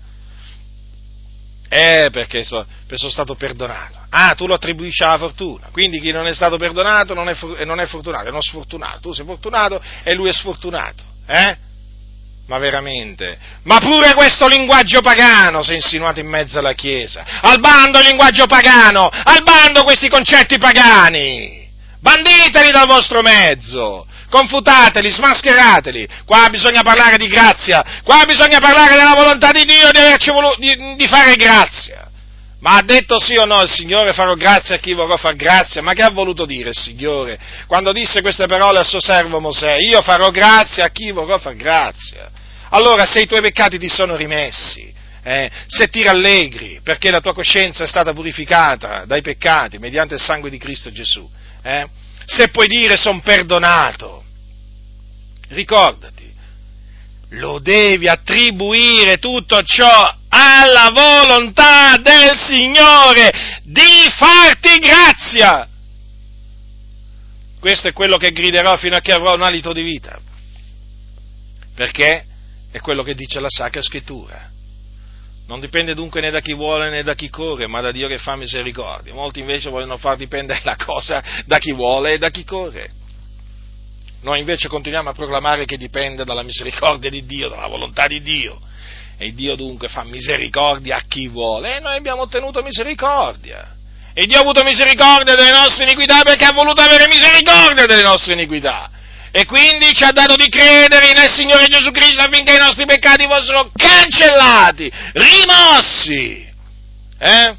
Eh, perché so, perché sono stato perdonato. Ah, tu lo attribuisci alla fortuna, quindi chi non è stato perdonato non è, non è fortunato, è uno sfortunato. Tu sei fortunato e lui è sfortunato, eh? Ma veramente? Ma pure questo linguaggio pagano si è insinuato in mezzo alla Chiesa. Al bando il linguaggio pagano, al bando questi concetti pagani. Banditeli dal vostro mezzo. confutateli, smascherateli. Qua bisogna parlare di grazia, qua bisogna parlare della volontà di Dio di, averci volu- di, di fare grazia. Ma ha detto sì o no il Signore, farò grazia a chi vorrò far grazia? Ma che ha voluto dire il Signore quando disse queste parole al suo servo Mosè? Io farò grazia a chi vorrò far grazia. Allora, se i tuoi peccati ti sono rimessi, eh, se ti rallegri perché la tua coscienza è stata purificata dai peccati mediante il sangue di Cristo Gesù, eh, se puoi dire son perdonato, ricordati, lo devi attribuire tutto ciò alla volontà del Signore di farti grazia. Questo è quello che griderò fino a che avrò un alito di vita, perché è quello che dice la Sacra Scrittura. Non dipende dunque né da chi vuole né da chi corre, ma da Dio che fa misericordia. Molti invece vogliono far dipendere la cosa da chi vuole e da chi corre. Noi invece continuiamo a proclamare che dipende dalla misericordia di Dio, dalla volontà di Dio. E Dio dunque fa misericordia a chi vuole, e noi abbiamo ottenuto misericordia. E Dio ha avuto misericordia delle nostre iniquità perché ha voluto avere misericordia delle nostre iniquità. E quindi ci ha dato di credere nel Signore Gesù Cristo affinché i nostri peccati fossero cancellati, rimossi. Eh?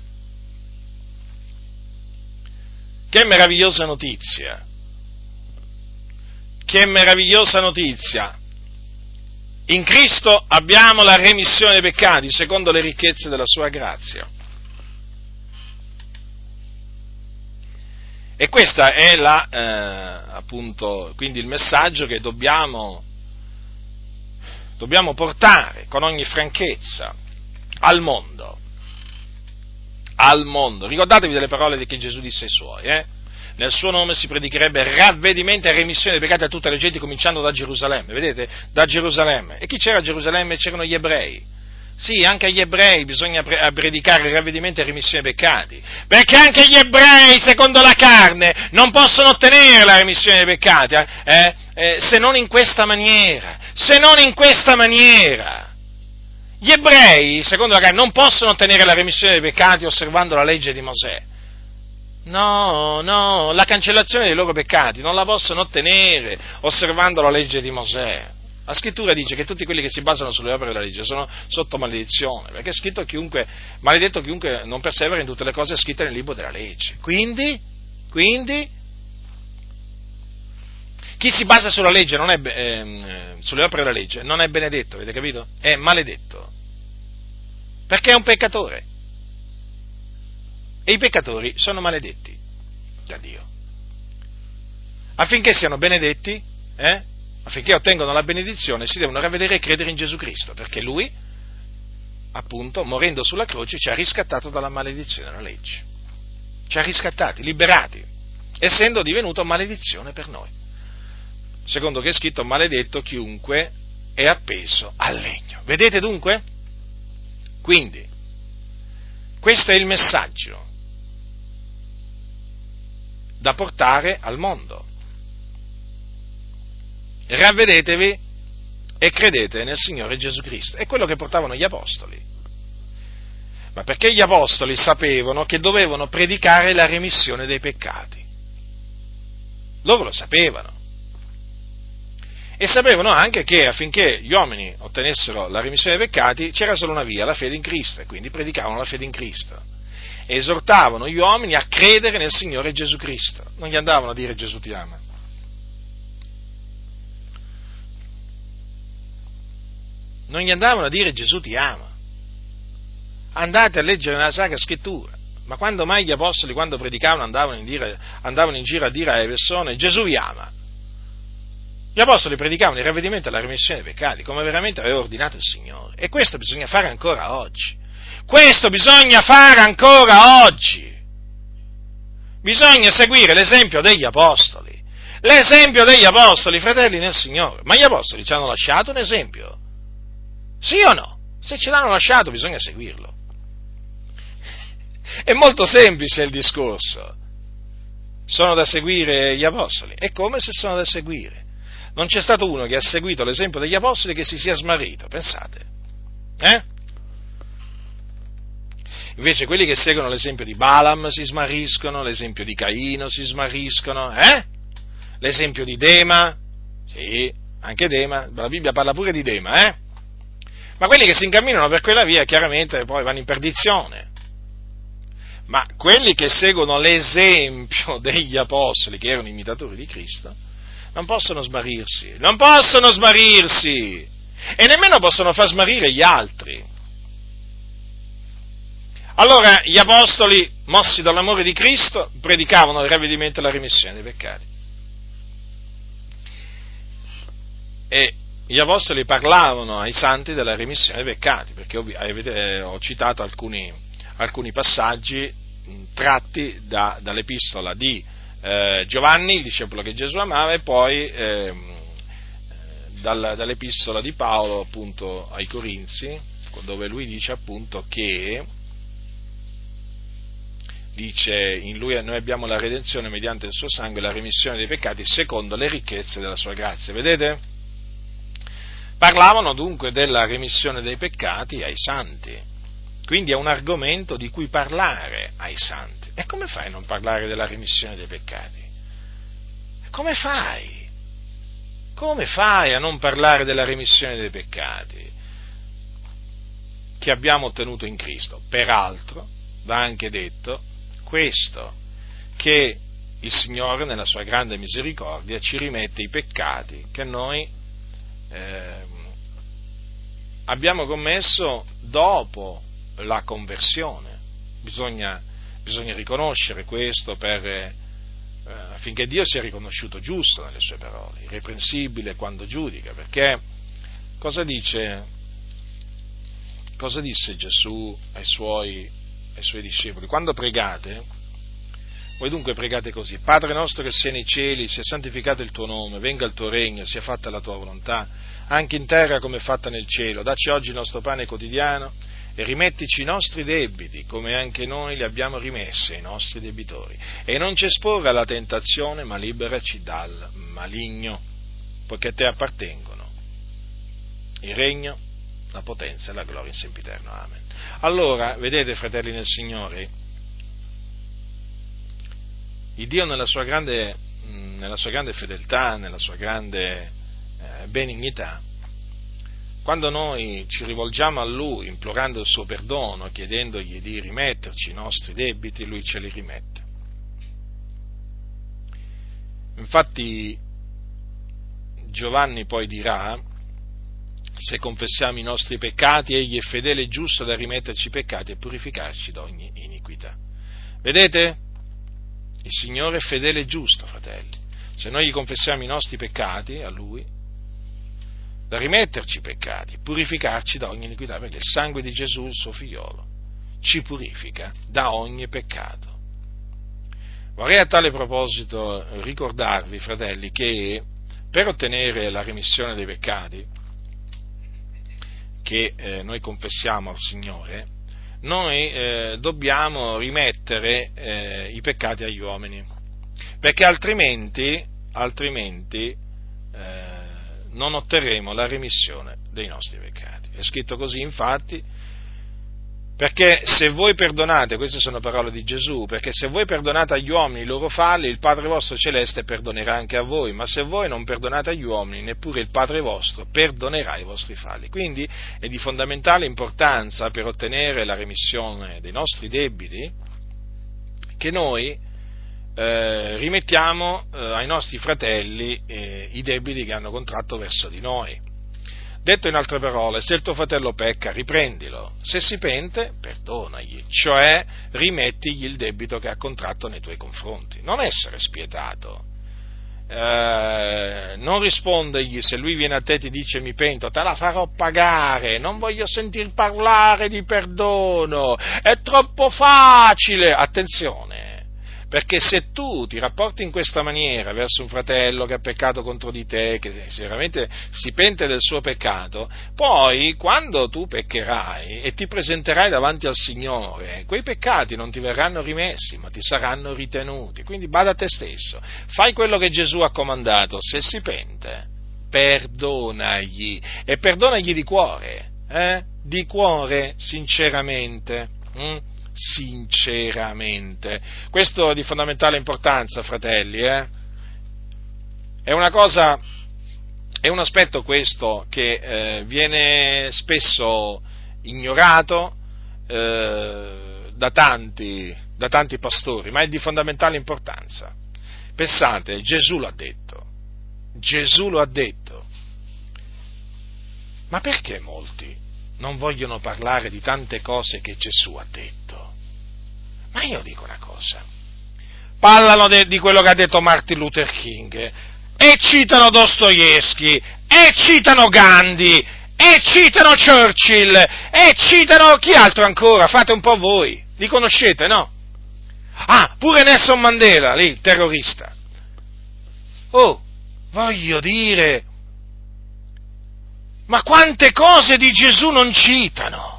Che meravigliosa notizia! Che meravigliosa notizia! In Cristo abbiamo la remissione dei peccati secondo le ricchezze della sua grazia. E questa è la, eh, appunto, quindi il messaggio che dobbiamo, dobbiamo portare con ogni franchezza al mondo. Al mondo. Ricordatevi delle parole che Gesù disse ai suoi, eh? Nel suo nome si predicherebbe ravvedimento e remissione dei peccati a tutte le genti, cominciando da Gerusalemme. Vedete? Da Gerusalemme. E chi c'era a Gerusalemme? C'erano gli ebrei. Sì, anche agli ebrei bisogna pre- predicare il ravvedimento e remissione dei peccati, perché anche gli ebrei, secondo la carne, non possono ottenere la remissione dei peccati, eh, eh, se non in questa maniera, se non in questa maniera. Gli ebrei, secondo la carne, non possono ottenere la remissione dei peccati osservando la legge di Mosè. No, no, la cancellazione dei loro peccati non la possono ottenere osservando la legge di Mosè. La scrittura dice che tutti quelli che si basano sulle opere della legge sono sotto maledizione, perché è scritto chiunque, maledetto chiunque non persevera in tutte le cose scritte nel libro della legge. Quindi, quindi, chi si basa sulla legge, non è, eh, sulle opere della legge, non è benedetto, avete capito? È maledetto, perché è un peccatore. E i peccatori sono maledetti da Dio. Affinché siano benedetti, eh? affinché ottengano la benedizione, si devono ravvedere e credere in Gesù Cristo, perché Lui, appunto, morendo sulla croce, ci ha riscattato dalla maledizione della legge. Ci ha riscattati, liberati, essendo divenuto maledizione per noi. Secondo che è scritto, maledetto chiunque è appeso al legno. Vedete dunque? Quindi, questo è il messaggio da portare al mondo. Ravvedetevi e credete nel Signore Gesù Cristo. È quello che portavano gli apostoli. Ma perché gli apostoli sapevano che dovevano predicare la remissione dei peccati. Loro lo sapevano. E sapevano anche che affinché gli uomini ottenessero la remissione dei peccati c'era solo una via, la fede in Cristo, e quindi predicavano la fede in Cristo. E esortavano gli uomini a credere nel Signore Gesù Cristo. Non gli andavano a dire Gesù ti ama. Non gli andavano a dire Gesù ti ama. Andate a leggere nella Sacra Scrittura. Ma quando mai gli apostoli, quando predicavano, andavano in, dire, andavano in giro a dire alle persone Gesù vi ama? Gli apostoli predicavano il ravvedimento e la remissione dei peccati, come veramente aveva ordinato il Signore. E questo bisogna fare ancora oggi. Questo bisogna fare ancora oggi. Bisogna seguire l'esempio degli apostoli. L'esempio degli apostoli, fratelli nel Signore. Ma gli apostoli ci hanno lasciato un esempio? Sì o no? Se ce l'hanno lasciato bisogna seguirlo. È molto semplice il discorso. Sono da seguire gli apostoli? È come se sono da seguire. Non c'è stato uno che ha seguito l'esempio degli apostoli che si sia smarrito, pensate. Eh? Invece quelli che seguono l'esempio di Balaam si smarriscono, l'esempio di Caino si smarriscono, eh? L'esempio di Dema, Sì, anche Dema, la Bibbia parla pure di Dema, eh? Ma quelli che si incamminano per quella via chiaramente poi vanno in perdizione. Ma quelli che seguono l'esempio degli apostoli, che erano imitatori di Cristo, non possono smarrirsi, non possono smarrirsi, e nemmeno possono far smarrire gli altri. Allora gli apostoli, mossi dall'amore di Cristo, predicavano il ravvedimento e la remissione dei peccati. E gli apostoli parlavano ai santi della remissione dei peccati, perché avete, ho citato alcuni, alcuni passaggi tratti da, dall'epistola di eh, Giovanni, il discepolo che Gesù amava, e poi eh, dal, dall'epistola di Paolo appunto ai Corinzi, dove lui dice appunto che dice in lui noi abbiamo la redenzione mediante il suo sangue, la remissione dei peccati secondo le ricchezze della sua grazia. Vedete? Parlavano dunque della remissione dei peccati ai santi, quindi è un argomento di cui parlare ai santi. E come fai a non parlare della remissione dei peccati? Come fai? Come fai a non parlare della remissione dei peccati che abbiamo ottenuto in Cristo? Peraltro, va anche detto questo, che il Signore nella sua grande misericordia ci rimette i peccati che noi eh, abbiamo commesso dopo la conversione. Bisogna, bisogna riconoscere questo per, eh, affinché Dio sia riconosciuto giusto nelle sue parole, irreprensibile quando giudica, perché cosa dice, cosa disse Gesù ai suoi, ai suoi discepoli? Quando pregate, voi dunque pregate così: Padre nostro che sei nei cieli, sia santificato il tuo nome, venga il tuo regno, sia fatta la tua volontà, anche in terra come è fatta nel cielo. Dacci oggi il nostro pane quotidiano e rimettici i nostri debiti, come anche noi li abbiamo rimessi ai nostri debitori. E non ci esporre alla tentazione, ma liberaci dal maligno, poiché a te appartengono il regno, la potenza e la gloria in sempiterno. Amen. Allora, vedete, fratelli nel Signore, il Dio nella sua grande, nella sua grande fedeltà, nella sua grande eh, benignità, quando noi ci rivolgiamo a Lui implorando il suo perdono, chiedendogli di rimetterci i nostri debiti, Lui ce li rimette. Infatti Giovanni poi dirà: se confessiamo i nostri peccati, Egli è fedele e giusto da rimetterci i peccati e purificarci da ogni iniquità. Vedete? Il Signore è fedele e giusto, fratelli. Se noi gli confessiamo i nostri peccati a Lui, da rimetterci i peccati, purificarci da ogni iniquità, perché il sangue di Gesù, il suo figliolo, ci purifica da ogni peccato. Vorrei a tale proposito ricordarvi, fratelli, che per ottenere la remissione dei peccati che eh, noi confessiamo al Signore, noi eh, dobbiamo rimettere eh, i peccati agli uomini, perché altrimenti, altrimenti eh, non otterremo la remissione dei nostri peccati. È scritto così, infatti, perché se voi perdonate, queste sono parole di Gesù, perché se voi perdonate agli uomini i loro falli, il Padre vostro celeste perdonerà anche a voi, ma se voi non perdonate agli uomini, neppure il Padre vostro perdonerà i vostri falli. Quindi è di fondamentale importanza, per ottenere la remissione dei nostri debiti, che noi eh, rimettiamo eh, ai nostri fratelli eh, i debiti che hanno contratto verso di noi. Detto in altre parole, se il tuo fratello pecca, riprendilo; se si pente, perdonagli, cioè rimettigli il debito che ha contratto nei tuoi confronti. Non essere spietato. Eh, non rispondegli, se lui viene a te e ti dice mi pento, te la farò pagare, non voglio sentir parlare di perdono, è troppo facile. Attenzione! Perché se tu ti rapporti in questa maniera verso un fratello che ha peccato contro di te, che sicuramente si pente del suo peccato, poi quando tu peccherai e ti presenterai davanti al Signore, quei peccati non ti verranno rimessi, ma ti saranno ritenuti. Quindi bada a te stesso, fai quello che Gesù ha comandato: se si pente, perdonagli, e perdonagli di cuore, eh? di cuore, sinceramente. Hm? sinceramente. Questo è di fondamentale importanza, fratelli, eh? È una cosa È un aspetto questo che eh, viene spesso ignorato eh, da tanti, da tanti pastori, ma è di fondamentale importanza. Pensate, Gesù lo ha detto, Gesù lo ha detto, ma perché molti non vogliono parlare di tante cose che Gesù ha detto? Ma io dico una cosa, parlano de, di quello che ha detto Martin Luther King, e citano Dostoevsky, e citano Gandhi, e citano Churchill, e citano chi altro ancora? Fate un po' voi, li conoscete, no? Ah, pure Nelson Mandela, lì, il terrorista. Oh, voglio dire, ma quante cose di Gesù non citano?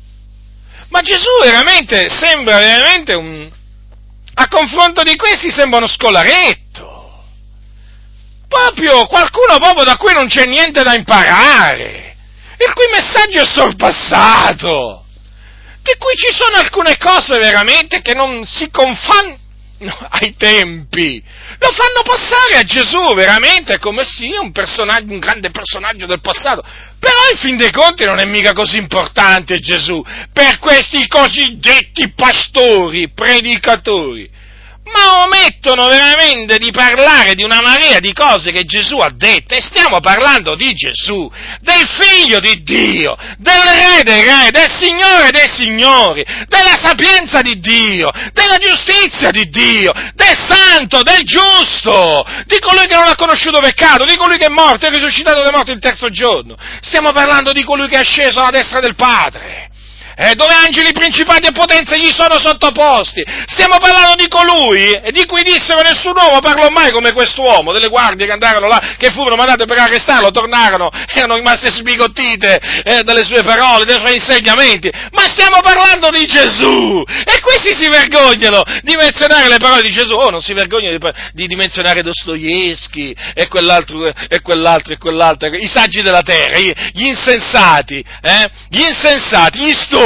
Ma Gesù veramente sembra veramente un... a confronto di questi sembra uno scolaretto. Proprio qualcuno proprio da cui non c'è niente da imparare, il cui messaggio è sorpassato, di cui ci sono alcune cose veramente che non si confanno ai tempi, lo fanno passare a Gesù veramente come sia un personaggio, un grande personaggio del passato, però in fin dei conti non è mica così importante Gesù per questi cosiddetti pastori, predicatori, ma omettono veramente di parlare di una marea di cose che Gesù ha detto, e stiamo parlando di Gesù, del Figlio di Dio, del Re dei Re, del Signore dei Signori, della sapienza di Dio, della giustizia di Dio, del Santo, del Giusto, di colui che non ha conosciuto peccato, di colui che è morto e risuscitato dai morti il terzo giorno. Stiamo parlando di colui che è sceso alla destra del Padre, Eh, dove angeli, principati e potenze gli sono sottoposti. Stiamo parlando di colui, e di cui dissero nessun uomo parlò mai come quest'uomo, delle guardie che andarono là, che furono mandate per arrestarlo, tornarono, erano rimaste sbigottite eh, dalle sue parole, dai suoi insegnamenti, ma stiamo parlando di Gesù, e questi si vergognano di menzionare le parole di Gesù. Oh, non si vergognano di, di, di menzionare Dostoevsky, e quell'altro, e quell'altro, e quell'altro, i saggi della terra, gli, gli insensati, eh, gli insensati, gli stolti,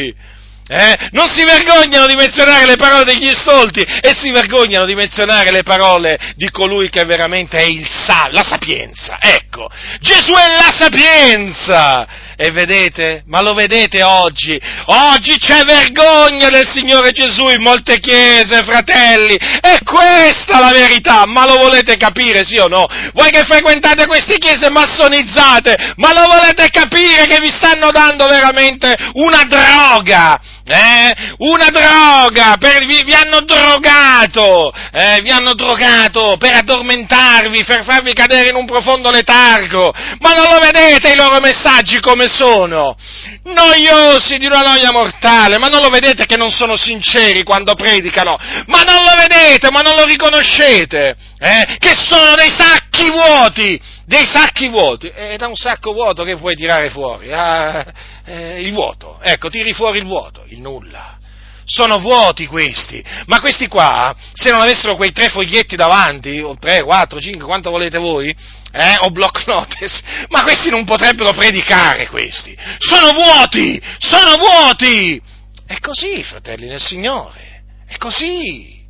Eh? Non si vergognano di menzionare le parole degli stolti, e si vergognano di menzionare le parole di colui che veramente è il sa- la sapienza. Ecco, Gesù è la sapienza. E vedete? Ma lo vedete oggi? Oggi c'è vergogna del Signore Gesù in molte chiese, fratelli. È questa la verità, ma lo volete capire, sì o no? Voi che frequentate queste chiese massonizzate, ma lo volete capire che vi stanno dando veramente una droga? Eh? Una droga, per, vi, vi hanno drogato, eh? vi hanno drogato per addormentarvi, per farvi cadere in un profondo letargo, ma non lo vedete i loro messaggi come sono? Noiosi di una noia mortale, ma non lo vedete che non sono sinceri quando predicano? Ma non lo vedete, ma non lo riconoscete? Eh? Che sono dei sacchi vuoti, dei sacchi vuoti, e da un sacco vuoto che puoi tirare fuori? Ah, eh, il vuoto, ecco, tiri fuori il vuoto, il nulla. Sono vuoti questi, ma questi qua, se non avessero quei tre foglietti davanti, o tre, quattro, cinque, quanto volete voi, eh, o block notice, ma questi non potrebbero predicare, questi. Sono vuoti, sono vuoti! È così, fratelli nel Signore, è così.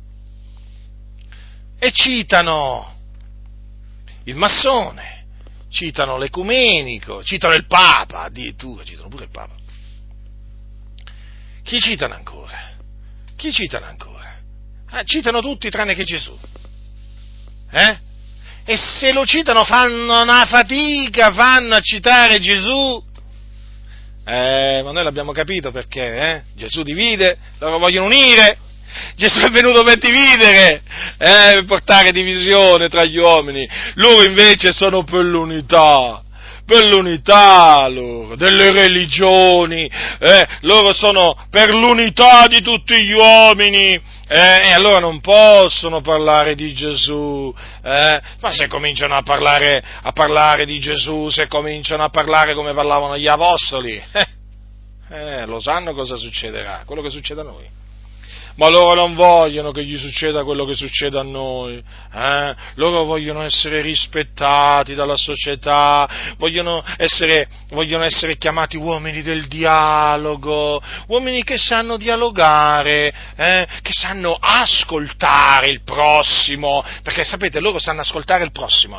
E citano il massone, citano l'ecumenico, citano il Papa, addirittura, citano pure il Papa. Chi citano ancora? Chi citano ancora? Ah, citano tutti tranne che Gesù. Eh? E se lo citano fanno una fatica, fanno a citare Gesù. Eh, ma noi l'abbiamo capito perché, eh? Gesù divide, loro vogliono unire. Gesù è venuto per dividere, eh, per portare divisione tra gli uomini. Loro invece sono per l'unità. Per l'unità loro, delle religioni, eh, loro sono per l'unità di tutti gli uomini, eh, e allora non possono parlare di Gesù, eh, ma se cominciano a parlare, a parlare di Gesù, se cominciano a parlare come parlavano gli apostoli, eh, eh, lo sanno cosa succederà, quello che succede a noi. Ma loro non vogliono che gli succeda quello che succede a noi, eh? Loro vogliono essere rispettati dalla società, vogliono essere, vogliono essere chiamati uomini del dialogo, uomini che sanno dialogare, eh? Che sanno ascoltare il prossimo, perché sapete, loro sanno ascoltare il prossimo.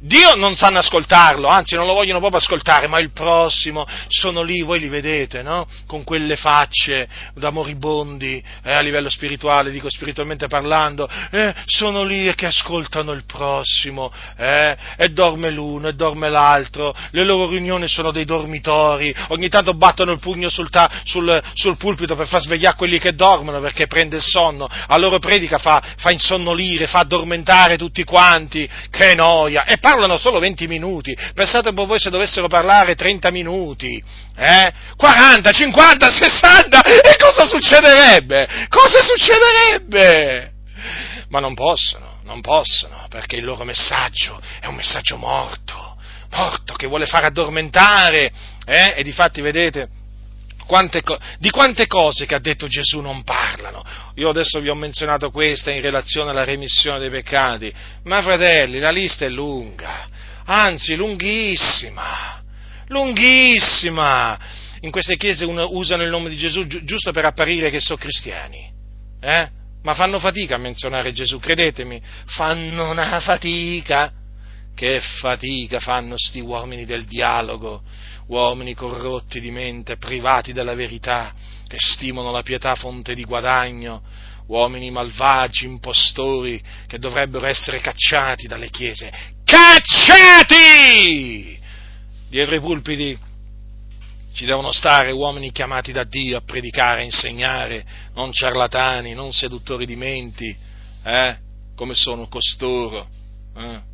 Dio non sanno ascoltarlo, anzi non lo vogliono proprio ascoltare, ma il prossimo, sono lì, voi li vedete, no? Con quelle facce da moribondi, eh, a livello spirituale, dico spiritualmente parlando, eh, sono lì e che ascoltano il prossimo, eh, e dorme l'uno e dorme l'altro, le loro riunioni sono dei dormitori, ogni tanto battono il pugno sul, ta- sul, sul pulpito per far svegliare quelli che dormono perché prende il sonno, a loro predica fa, fa insonnolire, fa addormentare tutti quanti, che noia, e parlano solo venti minuti, pensate un po' voi se dovessero parlare trenta minuti, eh? quaranta, cinquanta, sessanta, e cosa succederebbe? Cosa succederebbe? Ma non possono, non possono, perché il loro messaggio è un messaggio morto, morto, che vuole far addormentare, eh? E difatti vedete, Quante co- di quante cose che ha detto Gesù non parlano. Io adesso vi ho menzionato questa in relazione alla remissione dei peccati, ma fratelli, la lista è lunga, anzi lunghissima, lunghissima. In queste chiese uno, usano il nome di Gesù gi- giusto per apparire che sono cristiani, eh? Ma fanno fatica a menzionare Gesù, credetemi, fanno una fatica. Che fatica fanno sti uomini del dialogo, uomini corrotti di mente, privati della verità, che stimano la pietà fonte di guadagno, uomini malvagi, impostori, che dovrebbero essere cacciati dalle chiese. Cacciati! Dietro i pulpiti ci devono stare uomini chiamati da Dio a predicare, a insegnare, non ciarlatani, non seduttori di menti, eh? Come sono costoro, eh?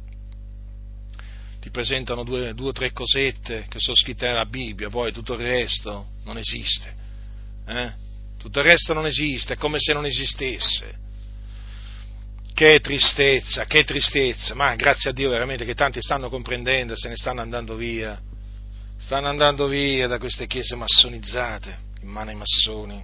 Ti presentano due, due o tre cosette che sono scritte nella Bibbia, poi tutto il resto non esiste, eh? Tutto il resto non esiste, è come se non esistesse. Che tristezza, che tristezza, ma grazie a Dio veramente che tanti stanno comprendendo e se ne stanno andando via, stanno andando via da queste chiese massonizzate, in mano ai massoni.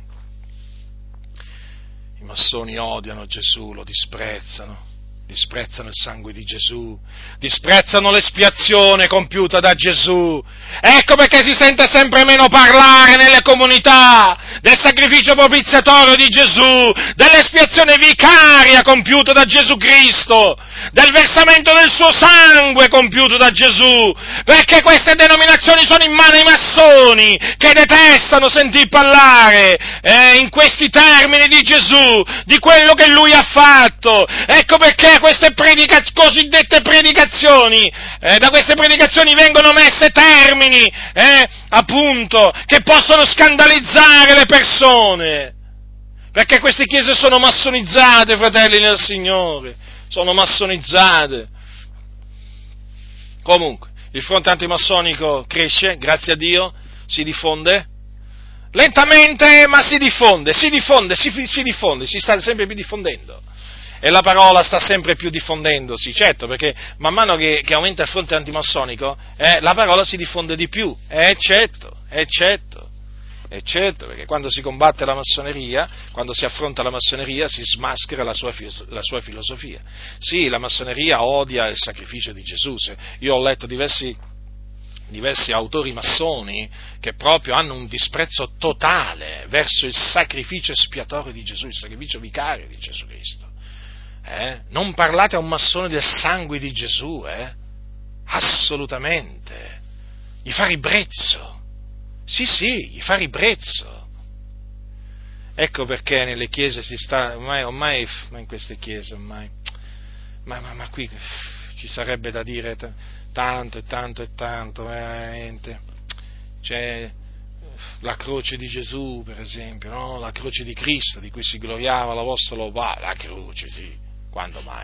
I massoni odiano Gesù, lo disprezzano. Disprezzano il sangue di Gesù, disprezzano l'espiazione compiuta da Gesù. Ecco perché si sente sempre meno parlare nelle comunità del sacrificio propiziatorio di Gesù, dell'espiazione vicaria compiuta da Gesù Cristo, del versamento del suo sangue compiuto da Gesù, perché queste denominazioni sono in mano ai massoni che detestano sentir parlare eh, in questi termini di Gesù, di quello che Lui ha fatto. Ecco perché queste predica- cosiddette predicazioni, eh, da queste predicazioni vengono messe termini, eh, appunto, che possono scandalizzare le persone, perché queste chiese sono massonizzate, fratelli nel Signore, sono massonizzate. Comunque, il fronte antimassonico cresce, grazie a Dio, si diffonde, lentamente, ma si diffonde, si diffonde, si, si diffonde, si sta sempre più diffondendo. E la parola sta sempre più diffondendosi, certo, perché man mano che, che aumenta il fronte antimassonico, eh, la parola si diffonde di più, è certo, è certo, è certo, perché quando si combatte la massoneria, quando si affronta la massoneria, si smaschera la sua, la sua filosofia. Sì, la massoneria odia il sacrificio di Gesù. Io ho letto diversi, diversi autori massoni che proprio hanno un disprezzo totale verso il sacrificio espiatorio di Gesù, il sacrificio vicario di Gesù Cristo. Eh? Non parlate a un massone del sangue di Gesù, eh? Assolutamente. Gli fa ribrezzo. Sì, sì, gli fa ribrezzo. Ecco perché nelle chiese si sta, ormai, ormai ma in queste chiese ormai, ma, ma, ma qui ci sarebbe da dire t- tanto e tanto e tanto, veramente. C'è la croce di Gesù, per esempio, no? La croce di Cristo, di cui si gloriava l'Apostolo Paolo, la croce, sì. Quando mai?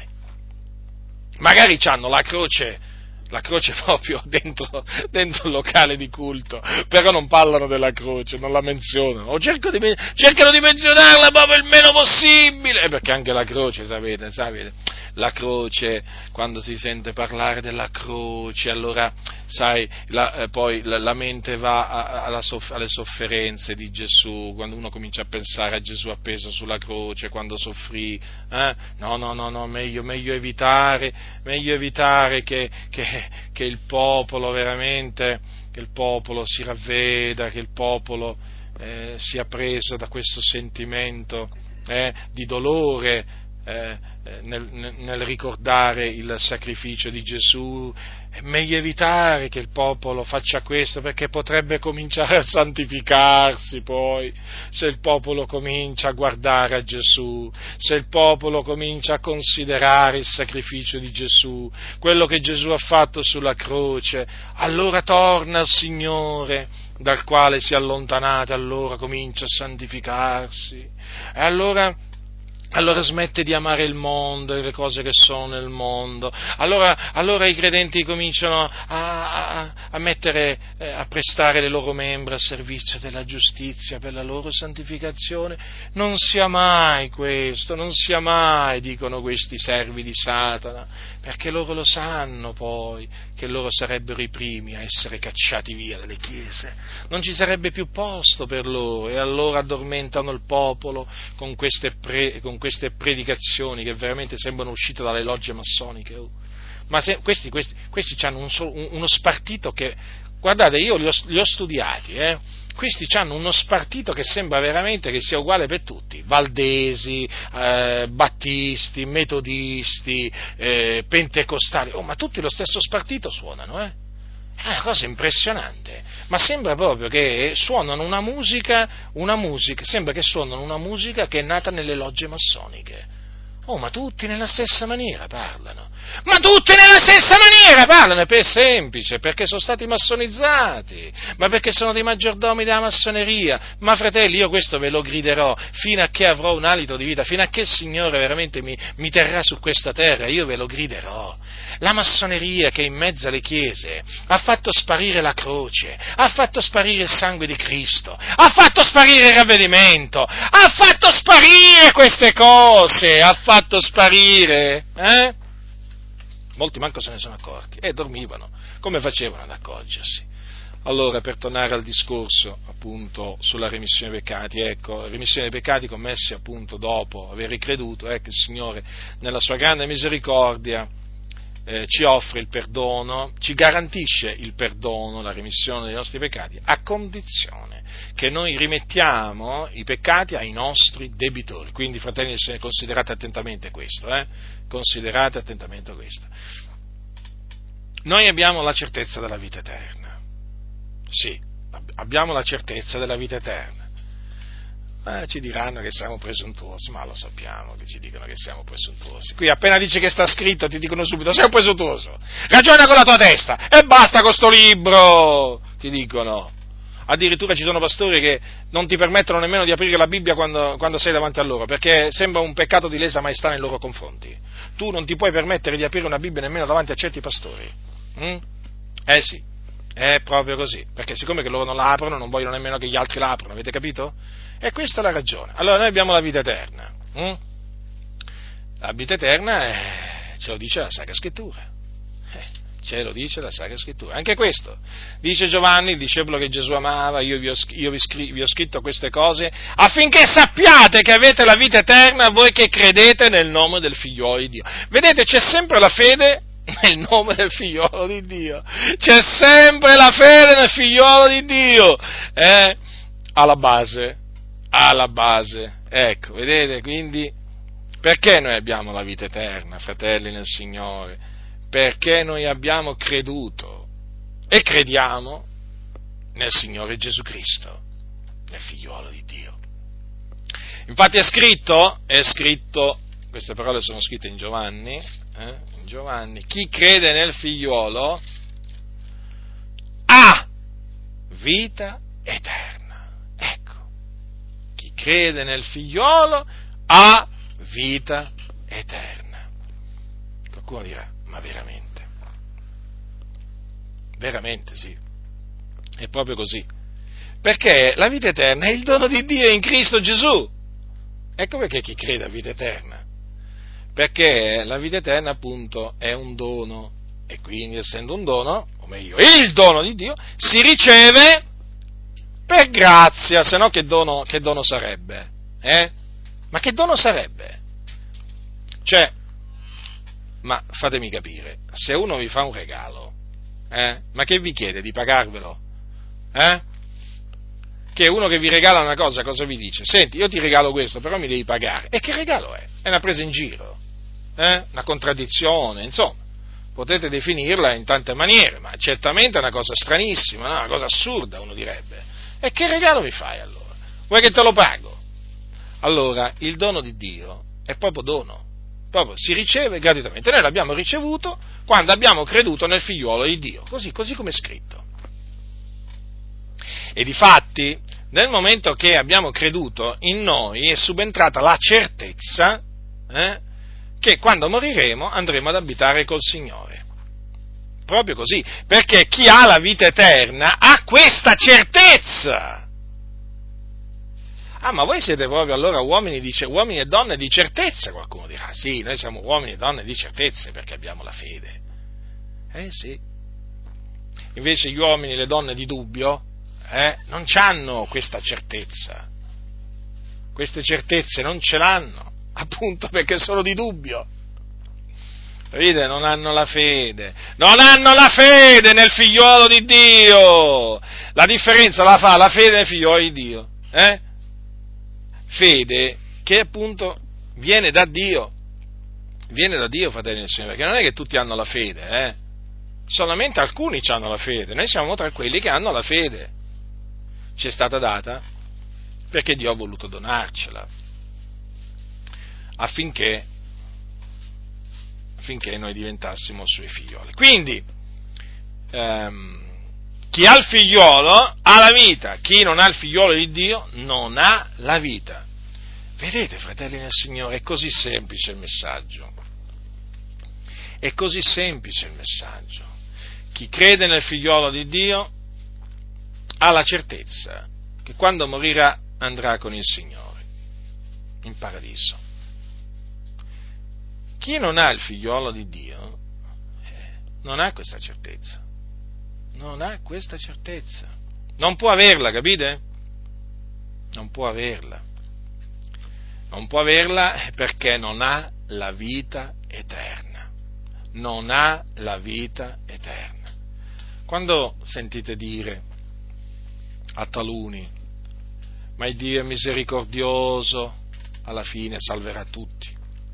Magari c'hanno la croce, la croce proprio dentro, dentro il locale di culto, però non parlano della croce, non la menzionano, o cercano di, cercano di menzionarla proprio il meno possibile, perché anche la croce, sapete, sapete, la croce, quando si sente parlare della croce, allora, sai, la, eh, poi la, la mente va a, alla soff- alle sofferenze di Gesù, quando uno comincia a pensare a Gesù appeso sulla croce, quando soffrì, eh? no, no, no, no, meglio, meglio evitare, meglio evitare che, che, che il popolo veramente, che il popolo si ravveda, che il popolo eh, sia preso da questo sentimento eh, di dolore, eh, nel, nel ricordare il sacrificio di Gesù. È meglio evitare che il popolo faccia questo, perché potrebbe cominciare a santificarsi poi, se il popolo comincia a guardare a Gesù, se il popolo comincia a considerare il sacrificio di Gesù, quello che Gesù ha fatto sulla croce, allora torna al Signore, dal quale si è allontanato, allora comincia a santificarsi, e allora allora smette di amare il mondo e le cose che sono nel mondo, allora, allora i credenti cominciano a, a, a mettere, eh, a prestare le loro membra a servizio della giustizia per la loro santificazione. Non sia mai questo, non sia mai, dicono questi servi di Satana, perché loro lo sanno poi, che loro sarebbero i primi a essere cacciati via dalle chiese, non ci sarebbe più posto per loro, e allora addormentano il popolo con queste, pre, con queste predicazioni che veramente sembrano uscite dalle logge massoniche. Oh. Ma se, questi, questi, questi hanno un solo, un, uno spartito che, guardate, io li ho, li ho studiati, eh, questi hanno uno spartito che sembra veramente che sia uguale per tutti, valdesi, eh, battisti, metodisti, eh, pentecostali, oh, ma tutti lo stesso spartito suonano, eh? È una cosa impressionante, ma sembra proprio che suonano una musica, una musica, sembra che suonano una musica che è nata nelle logge massoniche. Oh, ma tutti nella stessa maniera parlano, ma tutti nella stessa maniera parlano, è per semplice, perché sono stati massonizzati, ma perché sono dei maggiordomi della massoneria. Ma fratelli, io questo ve lo griderò fino a che avrò un alito di vita, fino a che il Signore veramente mi, mi terrà su questa terra, io ve lo griderò. La massoneria che in mezzo alle chiese ha fatto sparire la croce, ha fatto sparire il sangue di Cristo, ha fatto sparire il ravvedimento, ha fatto sparire queste cose, ha fatto sparire, eh? Molti manco se ne sono accorti, e dormivano, come facevano ad accorgersi? Allora, per tornare al discorso, appunto, sulla remissione dei peccati, ecco, remissione dei peccati commessi, appunto, dopo aver creduto, ecco, il Signore, nella sua grande misericordia, Eh, ci offre il perdono, ci garantisce il perdono, la remissione dei nostri peccati, a condizione che noi rimettiamo i peccati ai nostri debitori. Quindi, fratelli, considerate attentamente questo, eh? considerate attentamente questo. Noi abbiamo la certezza della vita eterna, sì, abbiamo la certezza della vita eterna. Eh, ci diranno che siamo presuntuosi, ma lo sappiamo che ci dicono che siamo presuntuosi. Qui appena dici che sta scritto ti dicono subito sei un presuntuoso, ragiona con la tua testa e basta con sto libro, ti dicono. Addirittura ci sono pastori che non ti permettono nemmeno di aprire la Bibbia quando, quando sei davanti a loro, perché sembra un peccato di lesa maestà nei loro confronti. Tu non ti puoi permettere di aprire una Bibbia nemmeno davanti a certi pastori. Mm? Eh sì, è proprio così, perché siccome che loro non la aprono, non vogliono nemmeno che gli altri la aprono, avete capito? E questa è la ragione. Allora noi abbiamo la vita eterna. Hm? La vita eterna è, ce lo dice la Sacra Scrittura. Eh, ce lo dice la Sacra Scrittura. Anche questo. Dice Giovanni, il discepolo che Gesù amava, io vi ho, io vi, scri, vi ho scritto queste cose affinché sappiate che avete la vita eterna voi che credete nel nome del Figliolo di Dio. Vedete, c'è sempre la fede nel nome del Figliolo di Dio. C'è sempre la fede nel Figliolo di Dio. Eh? Alla base. alla base, ecco, vedete, quindi, perché noi abbiamo la vita eterna, fratelli nel Signore? Perché noi abbiamo creduto e crediamo nel Signore Gesù Cristo, nel Figliuolo di Dio. Infatti è scritto, è scritto, queste parole sono scritte in Giovanni, eh, in Giovanni, chi crede nel Figliuolo ha vita eterna. Crede nel Figliolo ha vita eterna. Qualcuno dirà, ma veramente? Veramente sì, è proprio così. Perché la vita eterna è il dono di Dio in Cristo Gesù. Ecco perché chi crede ha vita eterna. Perché la vita eterna appunto è un dono, e quindi essendo un dono, o meglio, il dono di Dio, si riceve per grazia, se no che dono, che dono sarebbe? Eh? Ma che dono sarebbe? Cioè, ma fatemi capire, se uno vi fa un regalo, eh? Ma che vi chiede di pagarvelo? Eh? che uno che vi regala una cosa, cosa vi dice? Senti, io ti regalo questo, però mi devi pagare. E che regalo è? È una presa in giro, eh? Una contraddizione, insomma. Potete definirla in tante maniere, ma certamente è una cosa stranissima, no? Una cosa assurda, uno direbbe. E che regalo mi fai allora? Vuoi che te lo pago? Allora, il dono di Dio è proprio dono, proprio si riceve gratuitamente. Noi l'abbiamo ricevuto quando abbiamo creduto nel figliuolo di Dio, così, così come è scritto. E difatti, nel momento che abbiamo creduto, in noi è subentrata la certezza eh, che quando moriremo andremo ad abitare col Signore. Proprio così, perché chi ha la vita eterna ha questa certezza. Ah, ma voi siete proprio allora uomini, di, uomini e donne di certezza, qualcuno dirà. Sì, noi siamo uomini e donne di certezze perché abbiamo la fede. Eh sì. Invece gli uomini e le donne di dubbio eh, non hanno questa certezza. Queste certezze non ce l'hanno, appunto perché sono di dubbio. Capite? Non hanno la fede. Non hanno la fede nel figliuolo di Dio. La differenza la fa la fede nel figliuolo di Dio. Eh? Fede che appunto viene da Dio, viene da Dio, fratelli del Signore, perché non è che tutti hanno la fede, eh? Solamente alcuni hanno la fede, noi siamo tra quelli che hanno la fede, ci è stata data perché Dio ha voluto donarcela, affinché, affinché noi diventassimo suoi figlioli. Quindi, ehm, chi ha il figliolo ha la vita, chi non ha il figliolo di Dio non ha la vita. Vedete, fratelli nel Signore, è così semplice il messaggio. È così semplice il messaggio. Chi crede nel figliolo di Dio ha la certezza che quando morirà andrà con il Signore in paradiso. Chi non ha il figliolo di Dio eh, non ha questa certezza. Non ha questa certezza. Non può averla, capite? Non può averla. Non può averla perché non ha la vita eterna. Non ha la vita eterna. Quando sentite dire a taluni, ma il Dio è misericordioso, alla fine salverà tutti.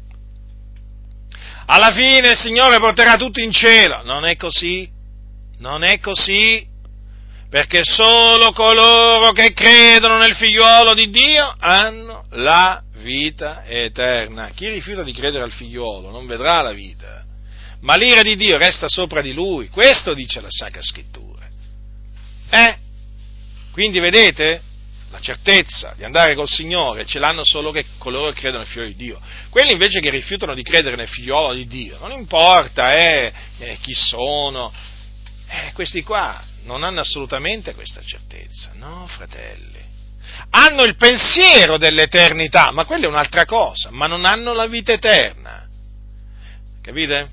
Alla fine il Signore porterà tutti in cielo. Non è così. Non è così. Perché solo coloro che credono nel figliuolo di Dio hanno la vita eterna. Chi rifiuta di credere al figliuolo non vedrà la vita, ma l'ira di Dio resta sopra di lui. Questo dice la Sacra Scrittura. Eh? Quindi vedete? La certezza di andare col Signore ce l'hanno solo che coloro che credono nel figliuolo di Dio. Quelli invece che rifiutano di credere nel figliuolo di Dio, non importa eh, eh, chi sono, eh, questi qua non hanno assolutamente questa certezza, no, fratelli. Hanno il pensiero dell'eternità, ma quella è un'altra cosa, ma non hanno la vita eterna. Capite?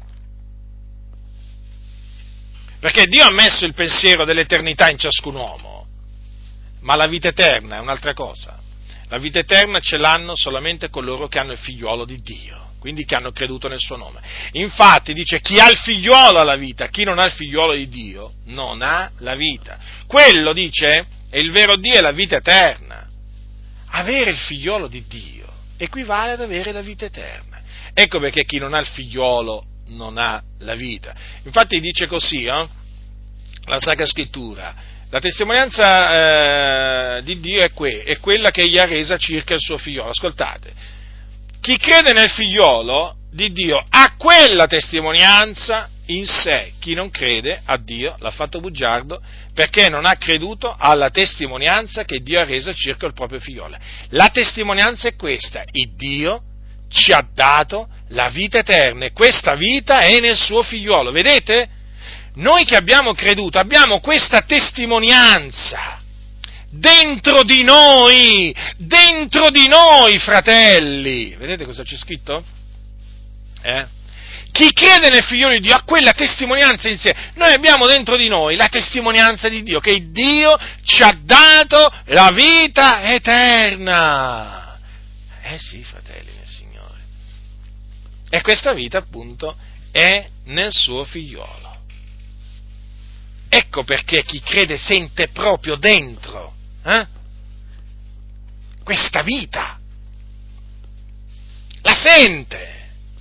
Perché Dio ha messo il pensiero dell'eternità in ciascun uomo, ma la vita eterna è un'altra cosa. La vita eterna ce l'hanno solamente coloro che hanno il figliuolo di Dio, quindi che hanno creduto nel suo nome. Infatti dice, chi ha il figliuolo ha la vita, chi non ha il figliuolo di Dio non ha la vita. Quello, dice, è il vero Dio e la vita eterna. Avere il figliuolo di Dio equivale ad avere la vita eterna. Ecco perché chi non ha il figliuolo non ha la vita. Infatti dice così, eh, la Sacra Scrittura, la testimonianza eh, di Dio è, que- è quella che egli ha resa circa il suo figliolo. Ascoltate, chi crede nel figliolo di Dio ha quella testimonianza in sé, chi non crede a Dio l'ha fatto bugiardo perché non ha creduto alla testimonianza che Dio ha resa circa il proprio figliolo. La testimonianza è questa: il Dio ci ha dato la vita eterna e questa vita è nel suo figliolo. Vedete? Noi che abbiamo creduto abbiamo questa testimonianza dentro di noi, dentro di noi, fratelli. Vedete cosa c'è scritto? Eh? Chi crede nel figliolo di Dio ha quella testimonianza in sé. Noi abbiamo dentro di noi la testimonianza di Dio, che Dio ci ha dato la vita eterna. Eh sì, fratelli nel Signore. E questa vita, appunto, è nel suo figliolo. Ecco perché chi crede sente proprio dentro, eh? questa vita, la sente.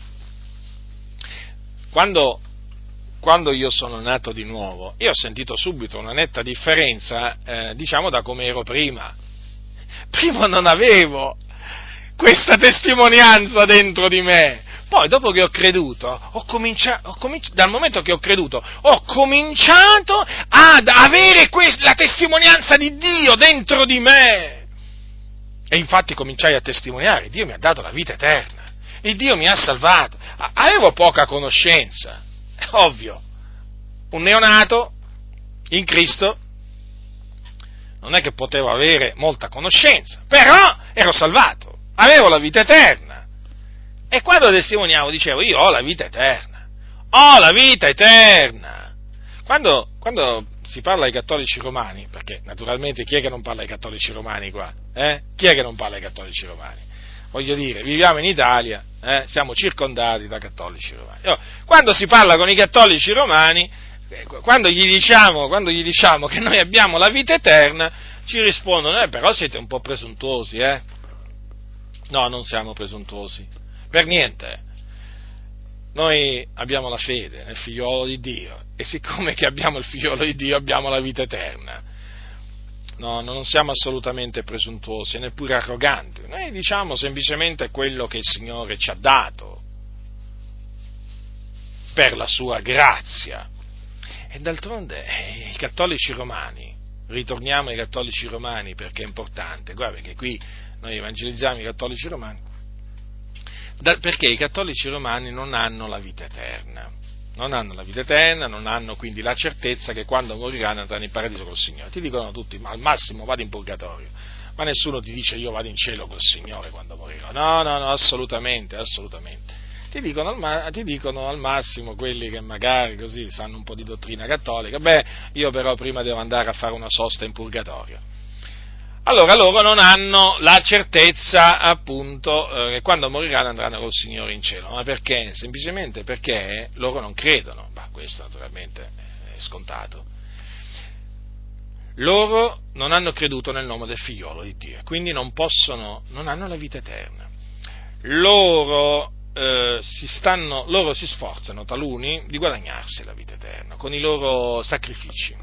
Quando, quando io sono nato di nuovo, io ho sentito subito una netta differenza, eh, diciamo, da come ero prima. Prima non avevo questa testimonianza dentro di me. Poi, dopo che ho creduto, ho cominciato, ho cominci- dal momento che ho creduto, ho cominciato ad avere que- la testimonianza di Dio dentro di me. E infatti cominciai a testimoniare, Dio mi ha dato la vita eterna. Il Dio mi ha salvato. Avevo poca conoscenza, è ovvio. Un neonato in Cristo non è che potevo avere molta conoscenza, però ero salvato, avevo la vita eterna. E quando testimoniavo dicevo, io ho la vita eterna, ho la vita eterna. Quando, quando si parla ai cattolici romani, perché naturalmente chi è che non parla ai cattolici romani qua? Eh? Chi è che non parla ai cattolici romani? Voglio dire, viviamo in Italia, eh, siamo circondati da cattolici romani. Io, quando si parla con i cattolici romani, eh, quando, gli diciamo, quando gli diciamo che noi abbiamo la vita eterna, ci rispondono, eh, però siete un po' presuntuosi, eh? No, non siamo presuntuosi, per niente. Noi abbiamo la fede nel figliolo di Dio, e siccome che abbiamo il figliolo di Dio abbiamo la vita eterna. No, non siamo assolutamente presuntuosi, neppure arroganti, noi diciamo semplicemente quello che il Signore ci ha dato, per la sua grazia. E d'altronde eh, i cattolici romani, ritorniamo ai cattolici romani perché è importante, guarda perché qui noi evangelizziamo i cattolici romani, da, perché i cattolici romani non hanno la vita eterna. Non hanno la vita eterna, non hanno quindi la certezza che quando moriranno andranno in paradiso col Signore. Ti dicono tutti, ma al massimo vado in purgatorio, ma nessuno ti dice io vado in cielo col Signore quando morirò. No, no, no, assolutamente, assolutamente. Ti dicono, al, ti dicono al massimo quelli che magari così sanno un po' di dottrina cattolica, beh, io però prima devo andare a fare una sosta in purgatorio. Allora loro non hanno la certezza, appunto, eh, che quando moriranno andranno col Signore in cielo. Ma perché? Semplicemente perché loro non credono. Ma questo naturalmente è scontato. Loro non hanno creduto nel nome del figliolo di Dio, quindi non possono, non hanno la vita eterna. Loro, eh, si stanno, loro si sforzano, taluni, di guadagnarsi la vita eterna con i loro sacrifici.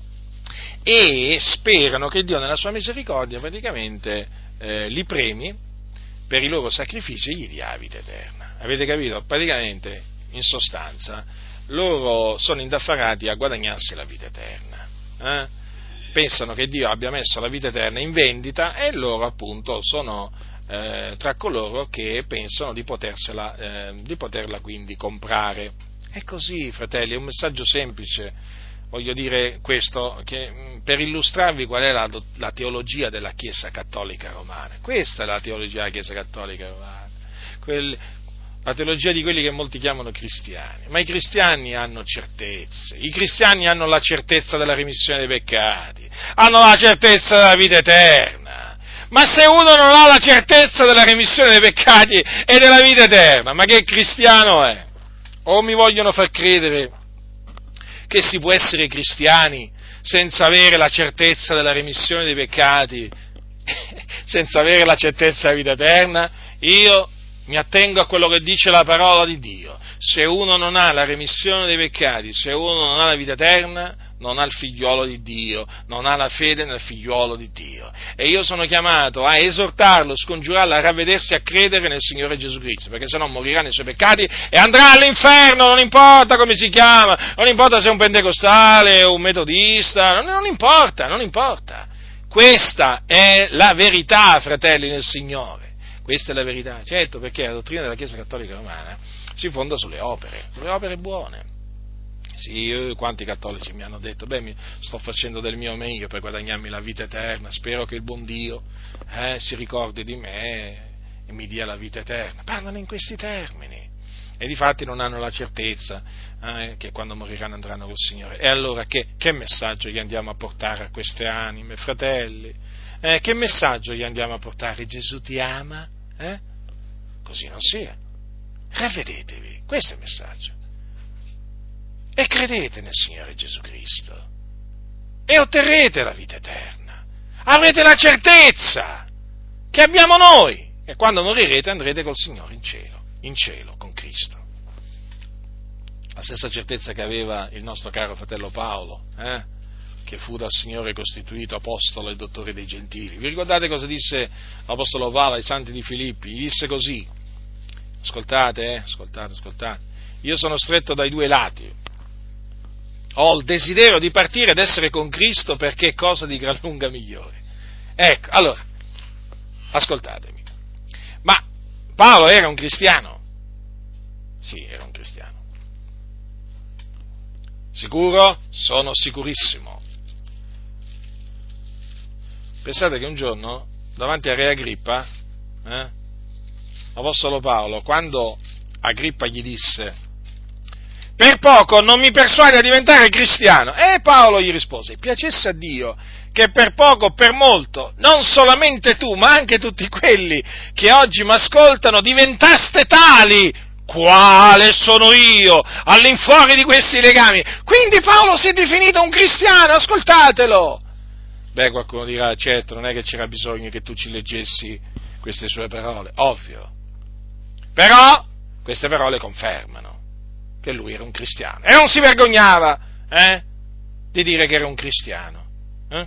E sperano che Dio nella sua misericordia praticamente eh, li premi per i loro sacrifici e gli dia la vita eterna. Avete capito? Praticamente, in sostanza, loro sono indaffarati a guadagnarsi la vita eterna. Eh? Pensano che Dio abbia messo la vita eterna in vendita e loro appunto sono eh, tra coloro che pensano di potersela, eh, di poterla quindi comprare. È così, fratelli, è un messaggio semplice. Voglio dire questo, che per illustrarvi qual è la, la teologia della Chiesa Cattolica Romana. Questa è la teologia della Chiesa Cattolica Romana, Quel, la teologia di quelli che molti chiamano cristiani. Ma i cristiani hanno certezze, i cristiani hanno la certezza della remissione dei peccati, hanno la certezza della vita eterna. Ma se uno non ha la certezza della remissione dei peccati e della vita eterna, ma che cristiano è? O mi vogliono far credere che si può essere cristiani senza avere la certezza della remissione dei peccati, senza avere la certezza della vita eterna? Io mi attengo a quello che dice la parola di Dio. Se uno non ha la remissione dei peccati, se uno non ha la vita eterna, non ha il figliuolo di Dio, non ha la fede nel figliuolo di Dio. E io sono chiamato a esortarlo, scongiurarlo a ravvedersi, a credere nel Signore Gesù Cristo, perché sennò morirà nei suoi peccati e andrà all'inferno, non importa come si chiama, non importa se è un pentecostale o un metodista, non, non importa, non importa. Questa è la verità, fratelli nel Signore. Questa è la verità, certo, perché la dottrina della Chiesa Cattolica Romana si fonda sulle opere, sulle opere buone. Sì, io, quanti cattolici mi hanno detto, beh, mi sto facendo del mio meglio per guadagnarmi la vita eterna, spero che il buon Dio eh, si ricordi di me e mi dia la vita eterna. Parlano in questi termini e difatti non hanno la certezza eh, che quando moriranno andranno col Signore. E allora che, che messaggio gli andiamo a portare a queste anime, fratelli? Eh, che messaggio gli andiamo a portare? Gesù ti ama? Eh? Così non sia. Ravvedetevi, questo è il messaggio. E credete nel Signore Gesù Cristo e otterrete la vita eterna. Avrete la certezza che abbiamo noi, e quando morirete andrete col Signore in cielo, in cielo con Cristo. La stessa certezza che aveva il nostro caro fratello Paolo, eh? che fu dal Signore costituito apostolo e dottore dei gentili. Vi ricordate cosa disse l'apostolo Paolo ai santi di Filippi? Gli disse così, ascoltate, eh? ascoltate, ascoltate, io sono stretto dai due lati, ho il desiderio di partire ed essere con Cristo perché è cosa di gran lunga migliore. Ecco, allora, ascoltatemi. Ma Paolo era un cristiano? Sì, era un cristiano. Sicuro? Sono sicurissimo. Pensate che un giorno, davanti a Re Agrippa, eh, l'apostolo Paolo, quando Agrippa gli disse: per poco non mi persuadi a diventare cristiano, e Paolo gli rispose: piacesse a Dio che per poco o per molto, non solamente tu, ma anche tutti quelli che oggi mi ascoltano, diventaste tali, quale sono io, all'infuori di questi legami. Quindi Paolo si è definito un cristiano, ascoltatelo. Beh, qualcuno dirà, certo, non è che c'era bisogno che tu ci leggessi queste sue parole, ovvio. Però queste parole confermano che lui era un cristiano e non si vergognava eh, di dire che era un cristiano. Eh?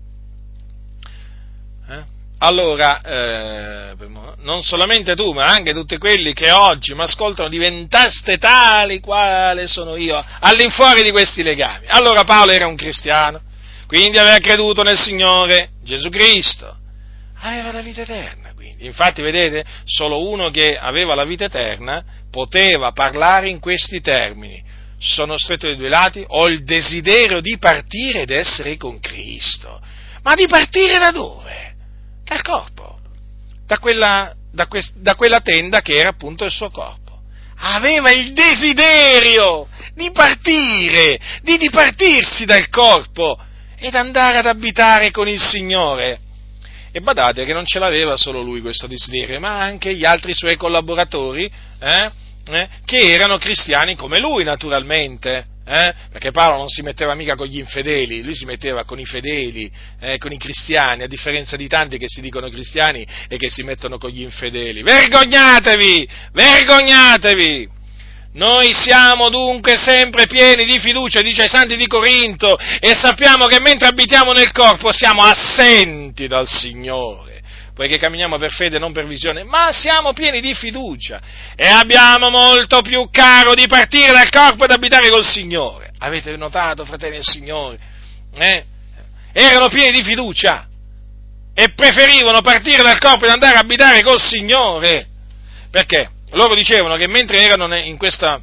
Eh? Allora, eh, non solamente tu, ma anche tutti quelli che oggi mi ascoltano, diventaste tali quale sono io, all'infuori di questi legami. Allora Paolo era un cristiano, quindi aveva creduto nel Signore Gesù Cristo, aveva la vita eterna. Quindi, infatti, vedete, solo uno che aveva la vita eterna poteva parlare in questi termini: sono stretto dai due lati, ho il desiderio di partire ed essere con Cristo. Ma di partire da dove? Dal corpo, da quella, da, quest, da quella tenda che era appunto il suo corpo. Aveva il desiderio di partire, di dipartirsi dal corpo ed andare ad abitare con il Signore. E badate che non ce l'aveva solo lui questo desiderio, ma anche gli altri suoi collaboratori, eh, eh, che erano cristiani come lui, naturalmente. Eh? Perché Paolo non si metteva mica con gli infedeli, lui si metteva con i fedeli, eh, con i cristiani, a differenza di tanti che si dicono cristiani e che si mettono con gli infedeli. Vergognatevi! Vergognatevi! Noi siamo dunque sempre pieni di fiducia, dice ai santi di Corinto, e sappiamo che mentre abitiamo nel corpo siamo assenti dal Signore, poiché camminiamo per fede, non per visione, ma siamo pieni di fiducia e abbiamo molto più caro di partire dal corpo ed abitare col Signore. Avete notato, fratelli del Signore? Eh? Erano pieni di fiducia e preferivano partire dal corpo ed andare a abitare col Signore. Perché? Loro dicevano che mentre erano in, questa,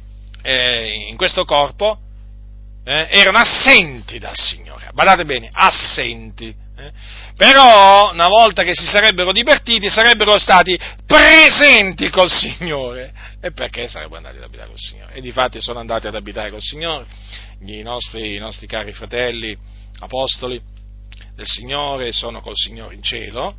eh, in questo corpo eh, erano assenti dal Signore. Badate bene, assenti. Eh? Però, una volta che si sarebbero dipartiti, sarebbero stati presenti col Signore. E perché sarebbero andati ad abitare col Signore? E difatti sono andati ad abitare col Signore, i nostri, i nostri cari fratelli, apostoli del Signore, sono col Signore in cielo,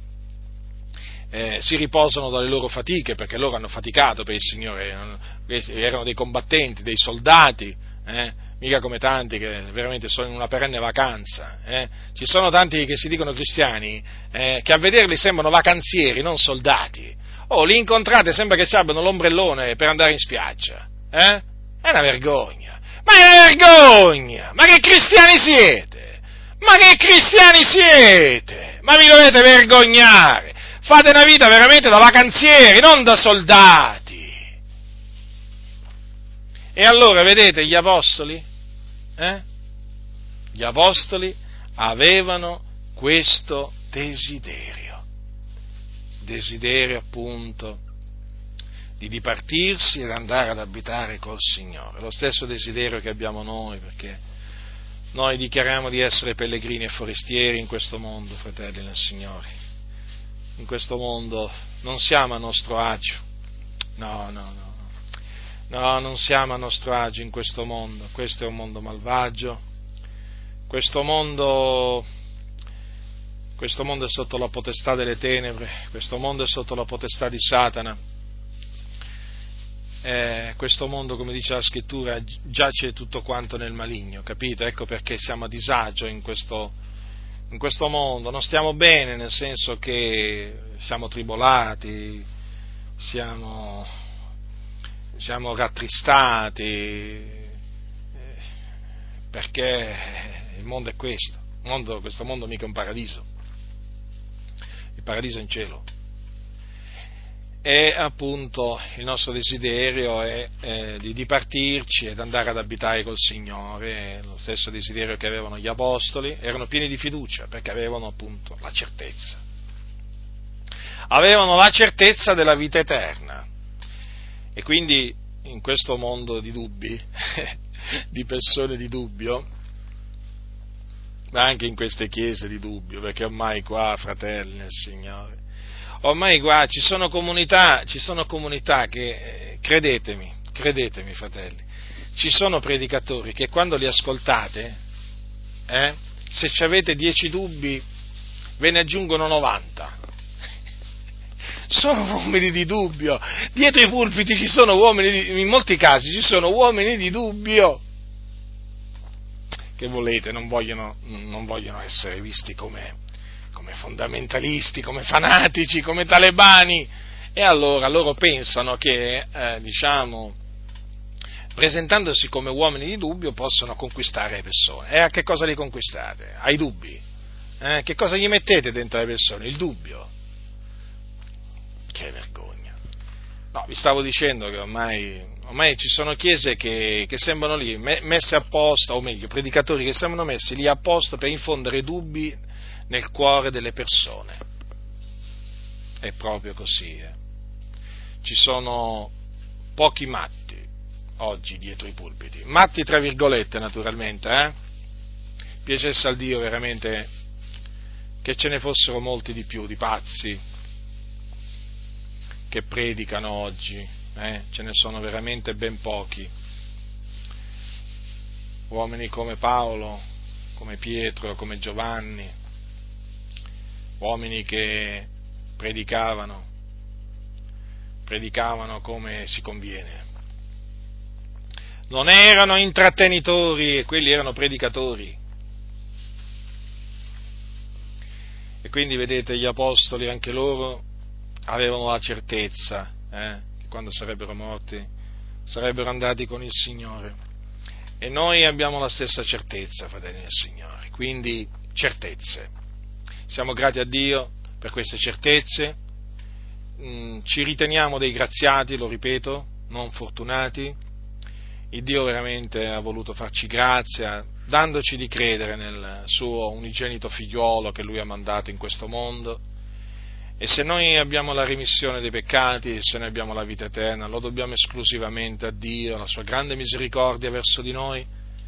eh, si riposano dalle loro fatiche, perché loro hanno faticato per il Signore, erano dei combattenti, dei soldati, eh, mica come tanti che veramente sono in una perenne vacanza. Eh. Ci sono tanti che si dicono cristiani eh, che a vederli sembrano vacanzieri, non soldati. Oh, li incontrate, sembra che ci abbiano l'ombrellone per andare in spiaggia. Eh? È una vergogna. Ma è una vergogna! Ma che cristiani siete? Ma che cristiani siete? Ma vi dovete vergognare! Fate una vita veramente da vacanzieri, non da soldati. E allora, vedete, gli apostoli, eh? Gli apostoli avevano questo desiderio, desiderio appunto di dipartirsi ed andare ad abitare col Signore, lo stesso desiderio che abbiamo noi, perché noi dichiariamo di essere pellegrini e forestieri in questo mondo, fratelli nel Signore. In questo mondo non siamo a nostro agio, no, no, no. No, non siamo a nostro agio in questo mondo, questo è un mondo malvagio, questo mondo, questo mondo è sotto la potestà delle tenebre, questo mondo è sotto la potestà di Satana, eh, questo mondo, come dice la Scrittura, giace tutto quanto nel maligno, capite? Ecco perché siamo a disagio in questo, in questo mondo, non stiamo bene, nel senso che siamo tribolati, siamo, siamo rattristati, perché il mondo è questo, il mondo, questo mondo mica è un paradiso, il paradiso è in cielo. E appunto il nostro desiderio è eh, di dipartirci ed andare ad abitare col Signore, lo stesso desiderio che avevano gli apostoli, erano pieni di fiducia perché avevano appunto la certezza, avevano la certezza della vita eterna, e quindi in questo mondo di dubbi, di persone di dubbio, ma anche in queste chiese di dubbio, perché ormai qua, fratelli nel Signore, ormai qua ci sono comunità, ci sono comunità che, eh, credetemi, credetemi fratelli, ci sono predicatori che quando li ascoltate, eh, se ci avete dieci dubbi, ve ne aggiungono novanta. Sono uomini di dubbio, dietro i pulpiti ci sono uomini, di, in molti casi ci sono uomini di dubbio. Che volete, non vogliono, non vogliono essere visti come... come fondamentalisti, come fanatici, come talebani, e allora loro pensano che, eh, diciamo, presentandosi come uomini di dubbio possono conquistare le persone. E a che cosa li conquistate? Ai dubbi. Eh? Che cosa gli mettete dentro le persone? Il dubbio. Che vergogna. No, vi stavo dicendo che ormai, ormai ci sono chiese che, che sembrano lì, messe apposta, o meglio, predicatori che sembrano messi lì apposta per infondere dubbi nel cuore delle persone. È proprio così. Eh. Ci sono pochi matti oggi dietro i pulpiti, matti tra virgolette naturalmente, eh? Piacesse al Dio veramente che ce ne fossero molti di più, di pazzi, che predicano oggi, eh? Ce ne sono veramente ben pochi. Uomini come Paolo, come Pietro, come Giovanni, uomini che predicavano, predicavano come si conviene. Non erano intrattenitori, quelli erano predicatori. E quindi vedete, gli apostoli, anche loro, avevano la certezza eh, che quando sarebbero morti sarebbero andati con il Signore. E noi abbiamo la stessa certezza, fratelli del Signore, quindi certezze. Siamo grati a Dio per queste certezze, mm, ci riteniamo dei graziati, lo ripeto, non fortunati. Il Dio veramente ha voluto farci grazia, dandoci di credere nel suo unigenito figliuolo che Lui ha mandato in questo mondo, e se noi abbiamo la remissione dei peccati, se noi abbiamo la vita eterna, lo dobbiamo esclusivamente a Dio, alla sua grande misericordia verso di noi,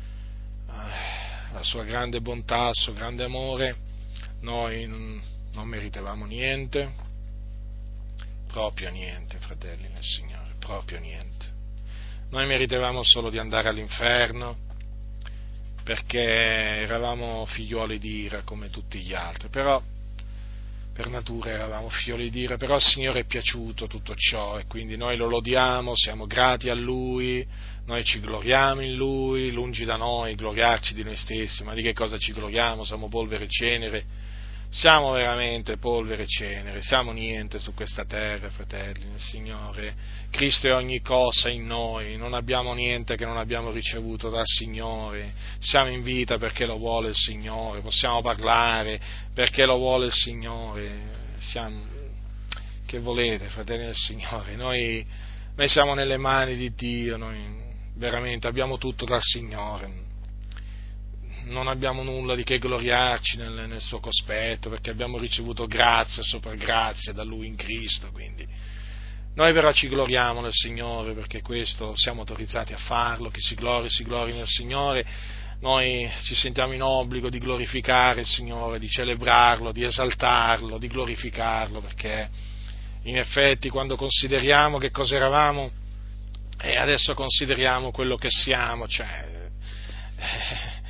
la sua grande bontà, il suo grande amore. Noi non meritavamo niente, proprio niente, fratelli nel Signore, proprio niente. Noi meritavamo solo di andare all'inferno, perché eravamo figlioli di ira come tutti gli altri, però per natura eravamo figlioli di ira, però al Signore è piaciuto tutto ciò e quindi noi lo lodiamo, siamo grati a Lui, noi ci gloriamo in Lui, lungi da noi gloriarci di noi stessi, ma di che cosa ci gloriamo? Siamo polvere e cenere. Siamo veramente polvere e cenere, siamo niente su questa terra, fratelli, nel Signore. Cristo è ogni cosa in noi, non abbiamo niente che non abbiamo ricevuto dal Signore, siamo in vita perché lo vuole il Signore, possiamo parlare perché lo vuole il Signore, siamo... che volete, fratelli del Signore, noi, noi siamo nelle mani di Dio, noi veramente abbiamo tutto dal Signore. Non abbiamo nulla di che gloriarci nel, nel suo cospetto, perché abbiamo ricevuto grazia sopra grazia da Lui in Cristo, quindi noi però ci gloriamo nel Signore, perché questo siamo autorizzati a farlo, chi si glori, si glori nel Signore. Noi ci sentiamo in obbligo di glorificare il Signore, di celebrarlo, di esaltarlo, di glorificarlo, perché in effetti quando consideriamo che cosa eravamo e adesso consideriamo quello che siamo, cioè...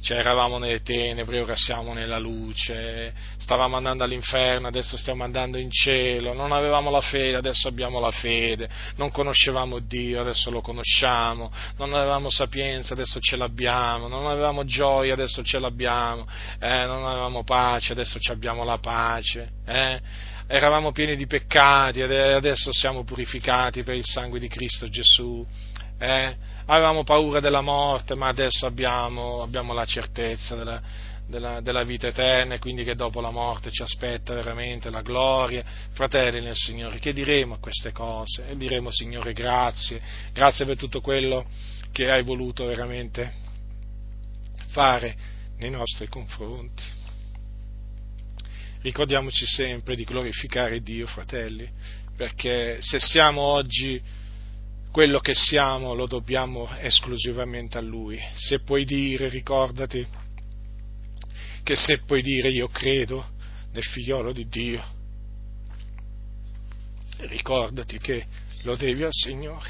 Cioè, eravamo nelle tenebre, ora siamo nella luce, stavamo andando all'inferno, adesso stiamo andando in cielo, non avevamo la fede, adesso abbiamo la fede, non conoscevamo Dio, adesso lo conosciamo, non avevamo sapienza, adesso ce l'abbiamo, non avevamo gioia, adesso ce l'abbiamo, eh, non avevamo pace, adesso ci abbiamo la pace, eh? Eravamo pieni di peccati, adesso siamo purificati per il sangue di Cristo Gesù. Eh? Avevamo paura della morte, ma adesso abbiamo, abbiamo la certezza della, della, della vita eterna, e quindi che dopo la morte ci aspetta veramente la gloria. Fratelli nel Signore, che diremo a queste cose? E diremo: Signore, grazie, grazie per tutto quello che hai voluto veramente fare nei nostri confronti. Ricordiamoci sempre di glorificare Dio, fratelli, perché se siamo oggi quello che siamo lo dobbiamo esclusivamente a Lui. Se puoi dire, ricordati che se puoi dire io credo nel figliolo di Dio, ricordati che lo devi al Signore.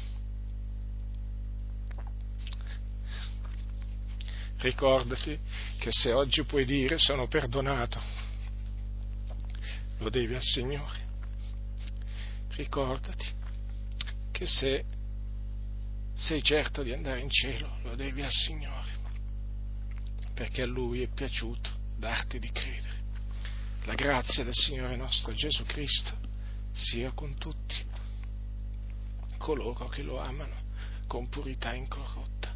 Ricordati che se oggi puoi dire sono perdonato, lo devi al Signore. Ricordati che se sei certo di andare in cielo, lo devi al Signore, perché a Lui è piaciuto darti di credere. La grazia del Signore nostro Gesù Cristo sia con tutti coloro che lo amano con purità incorrotta.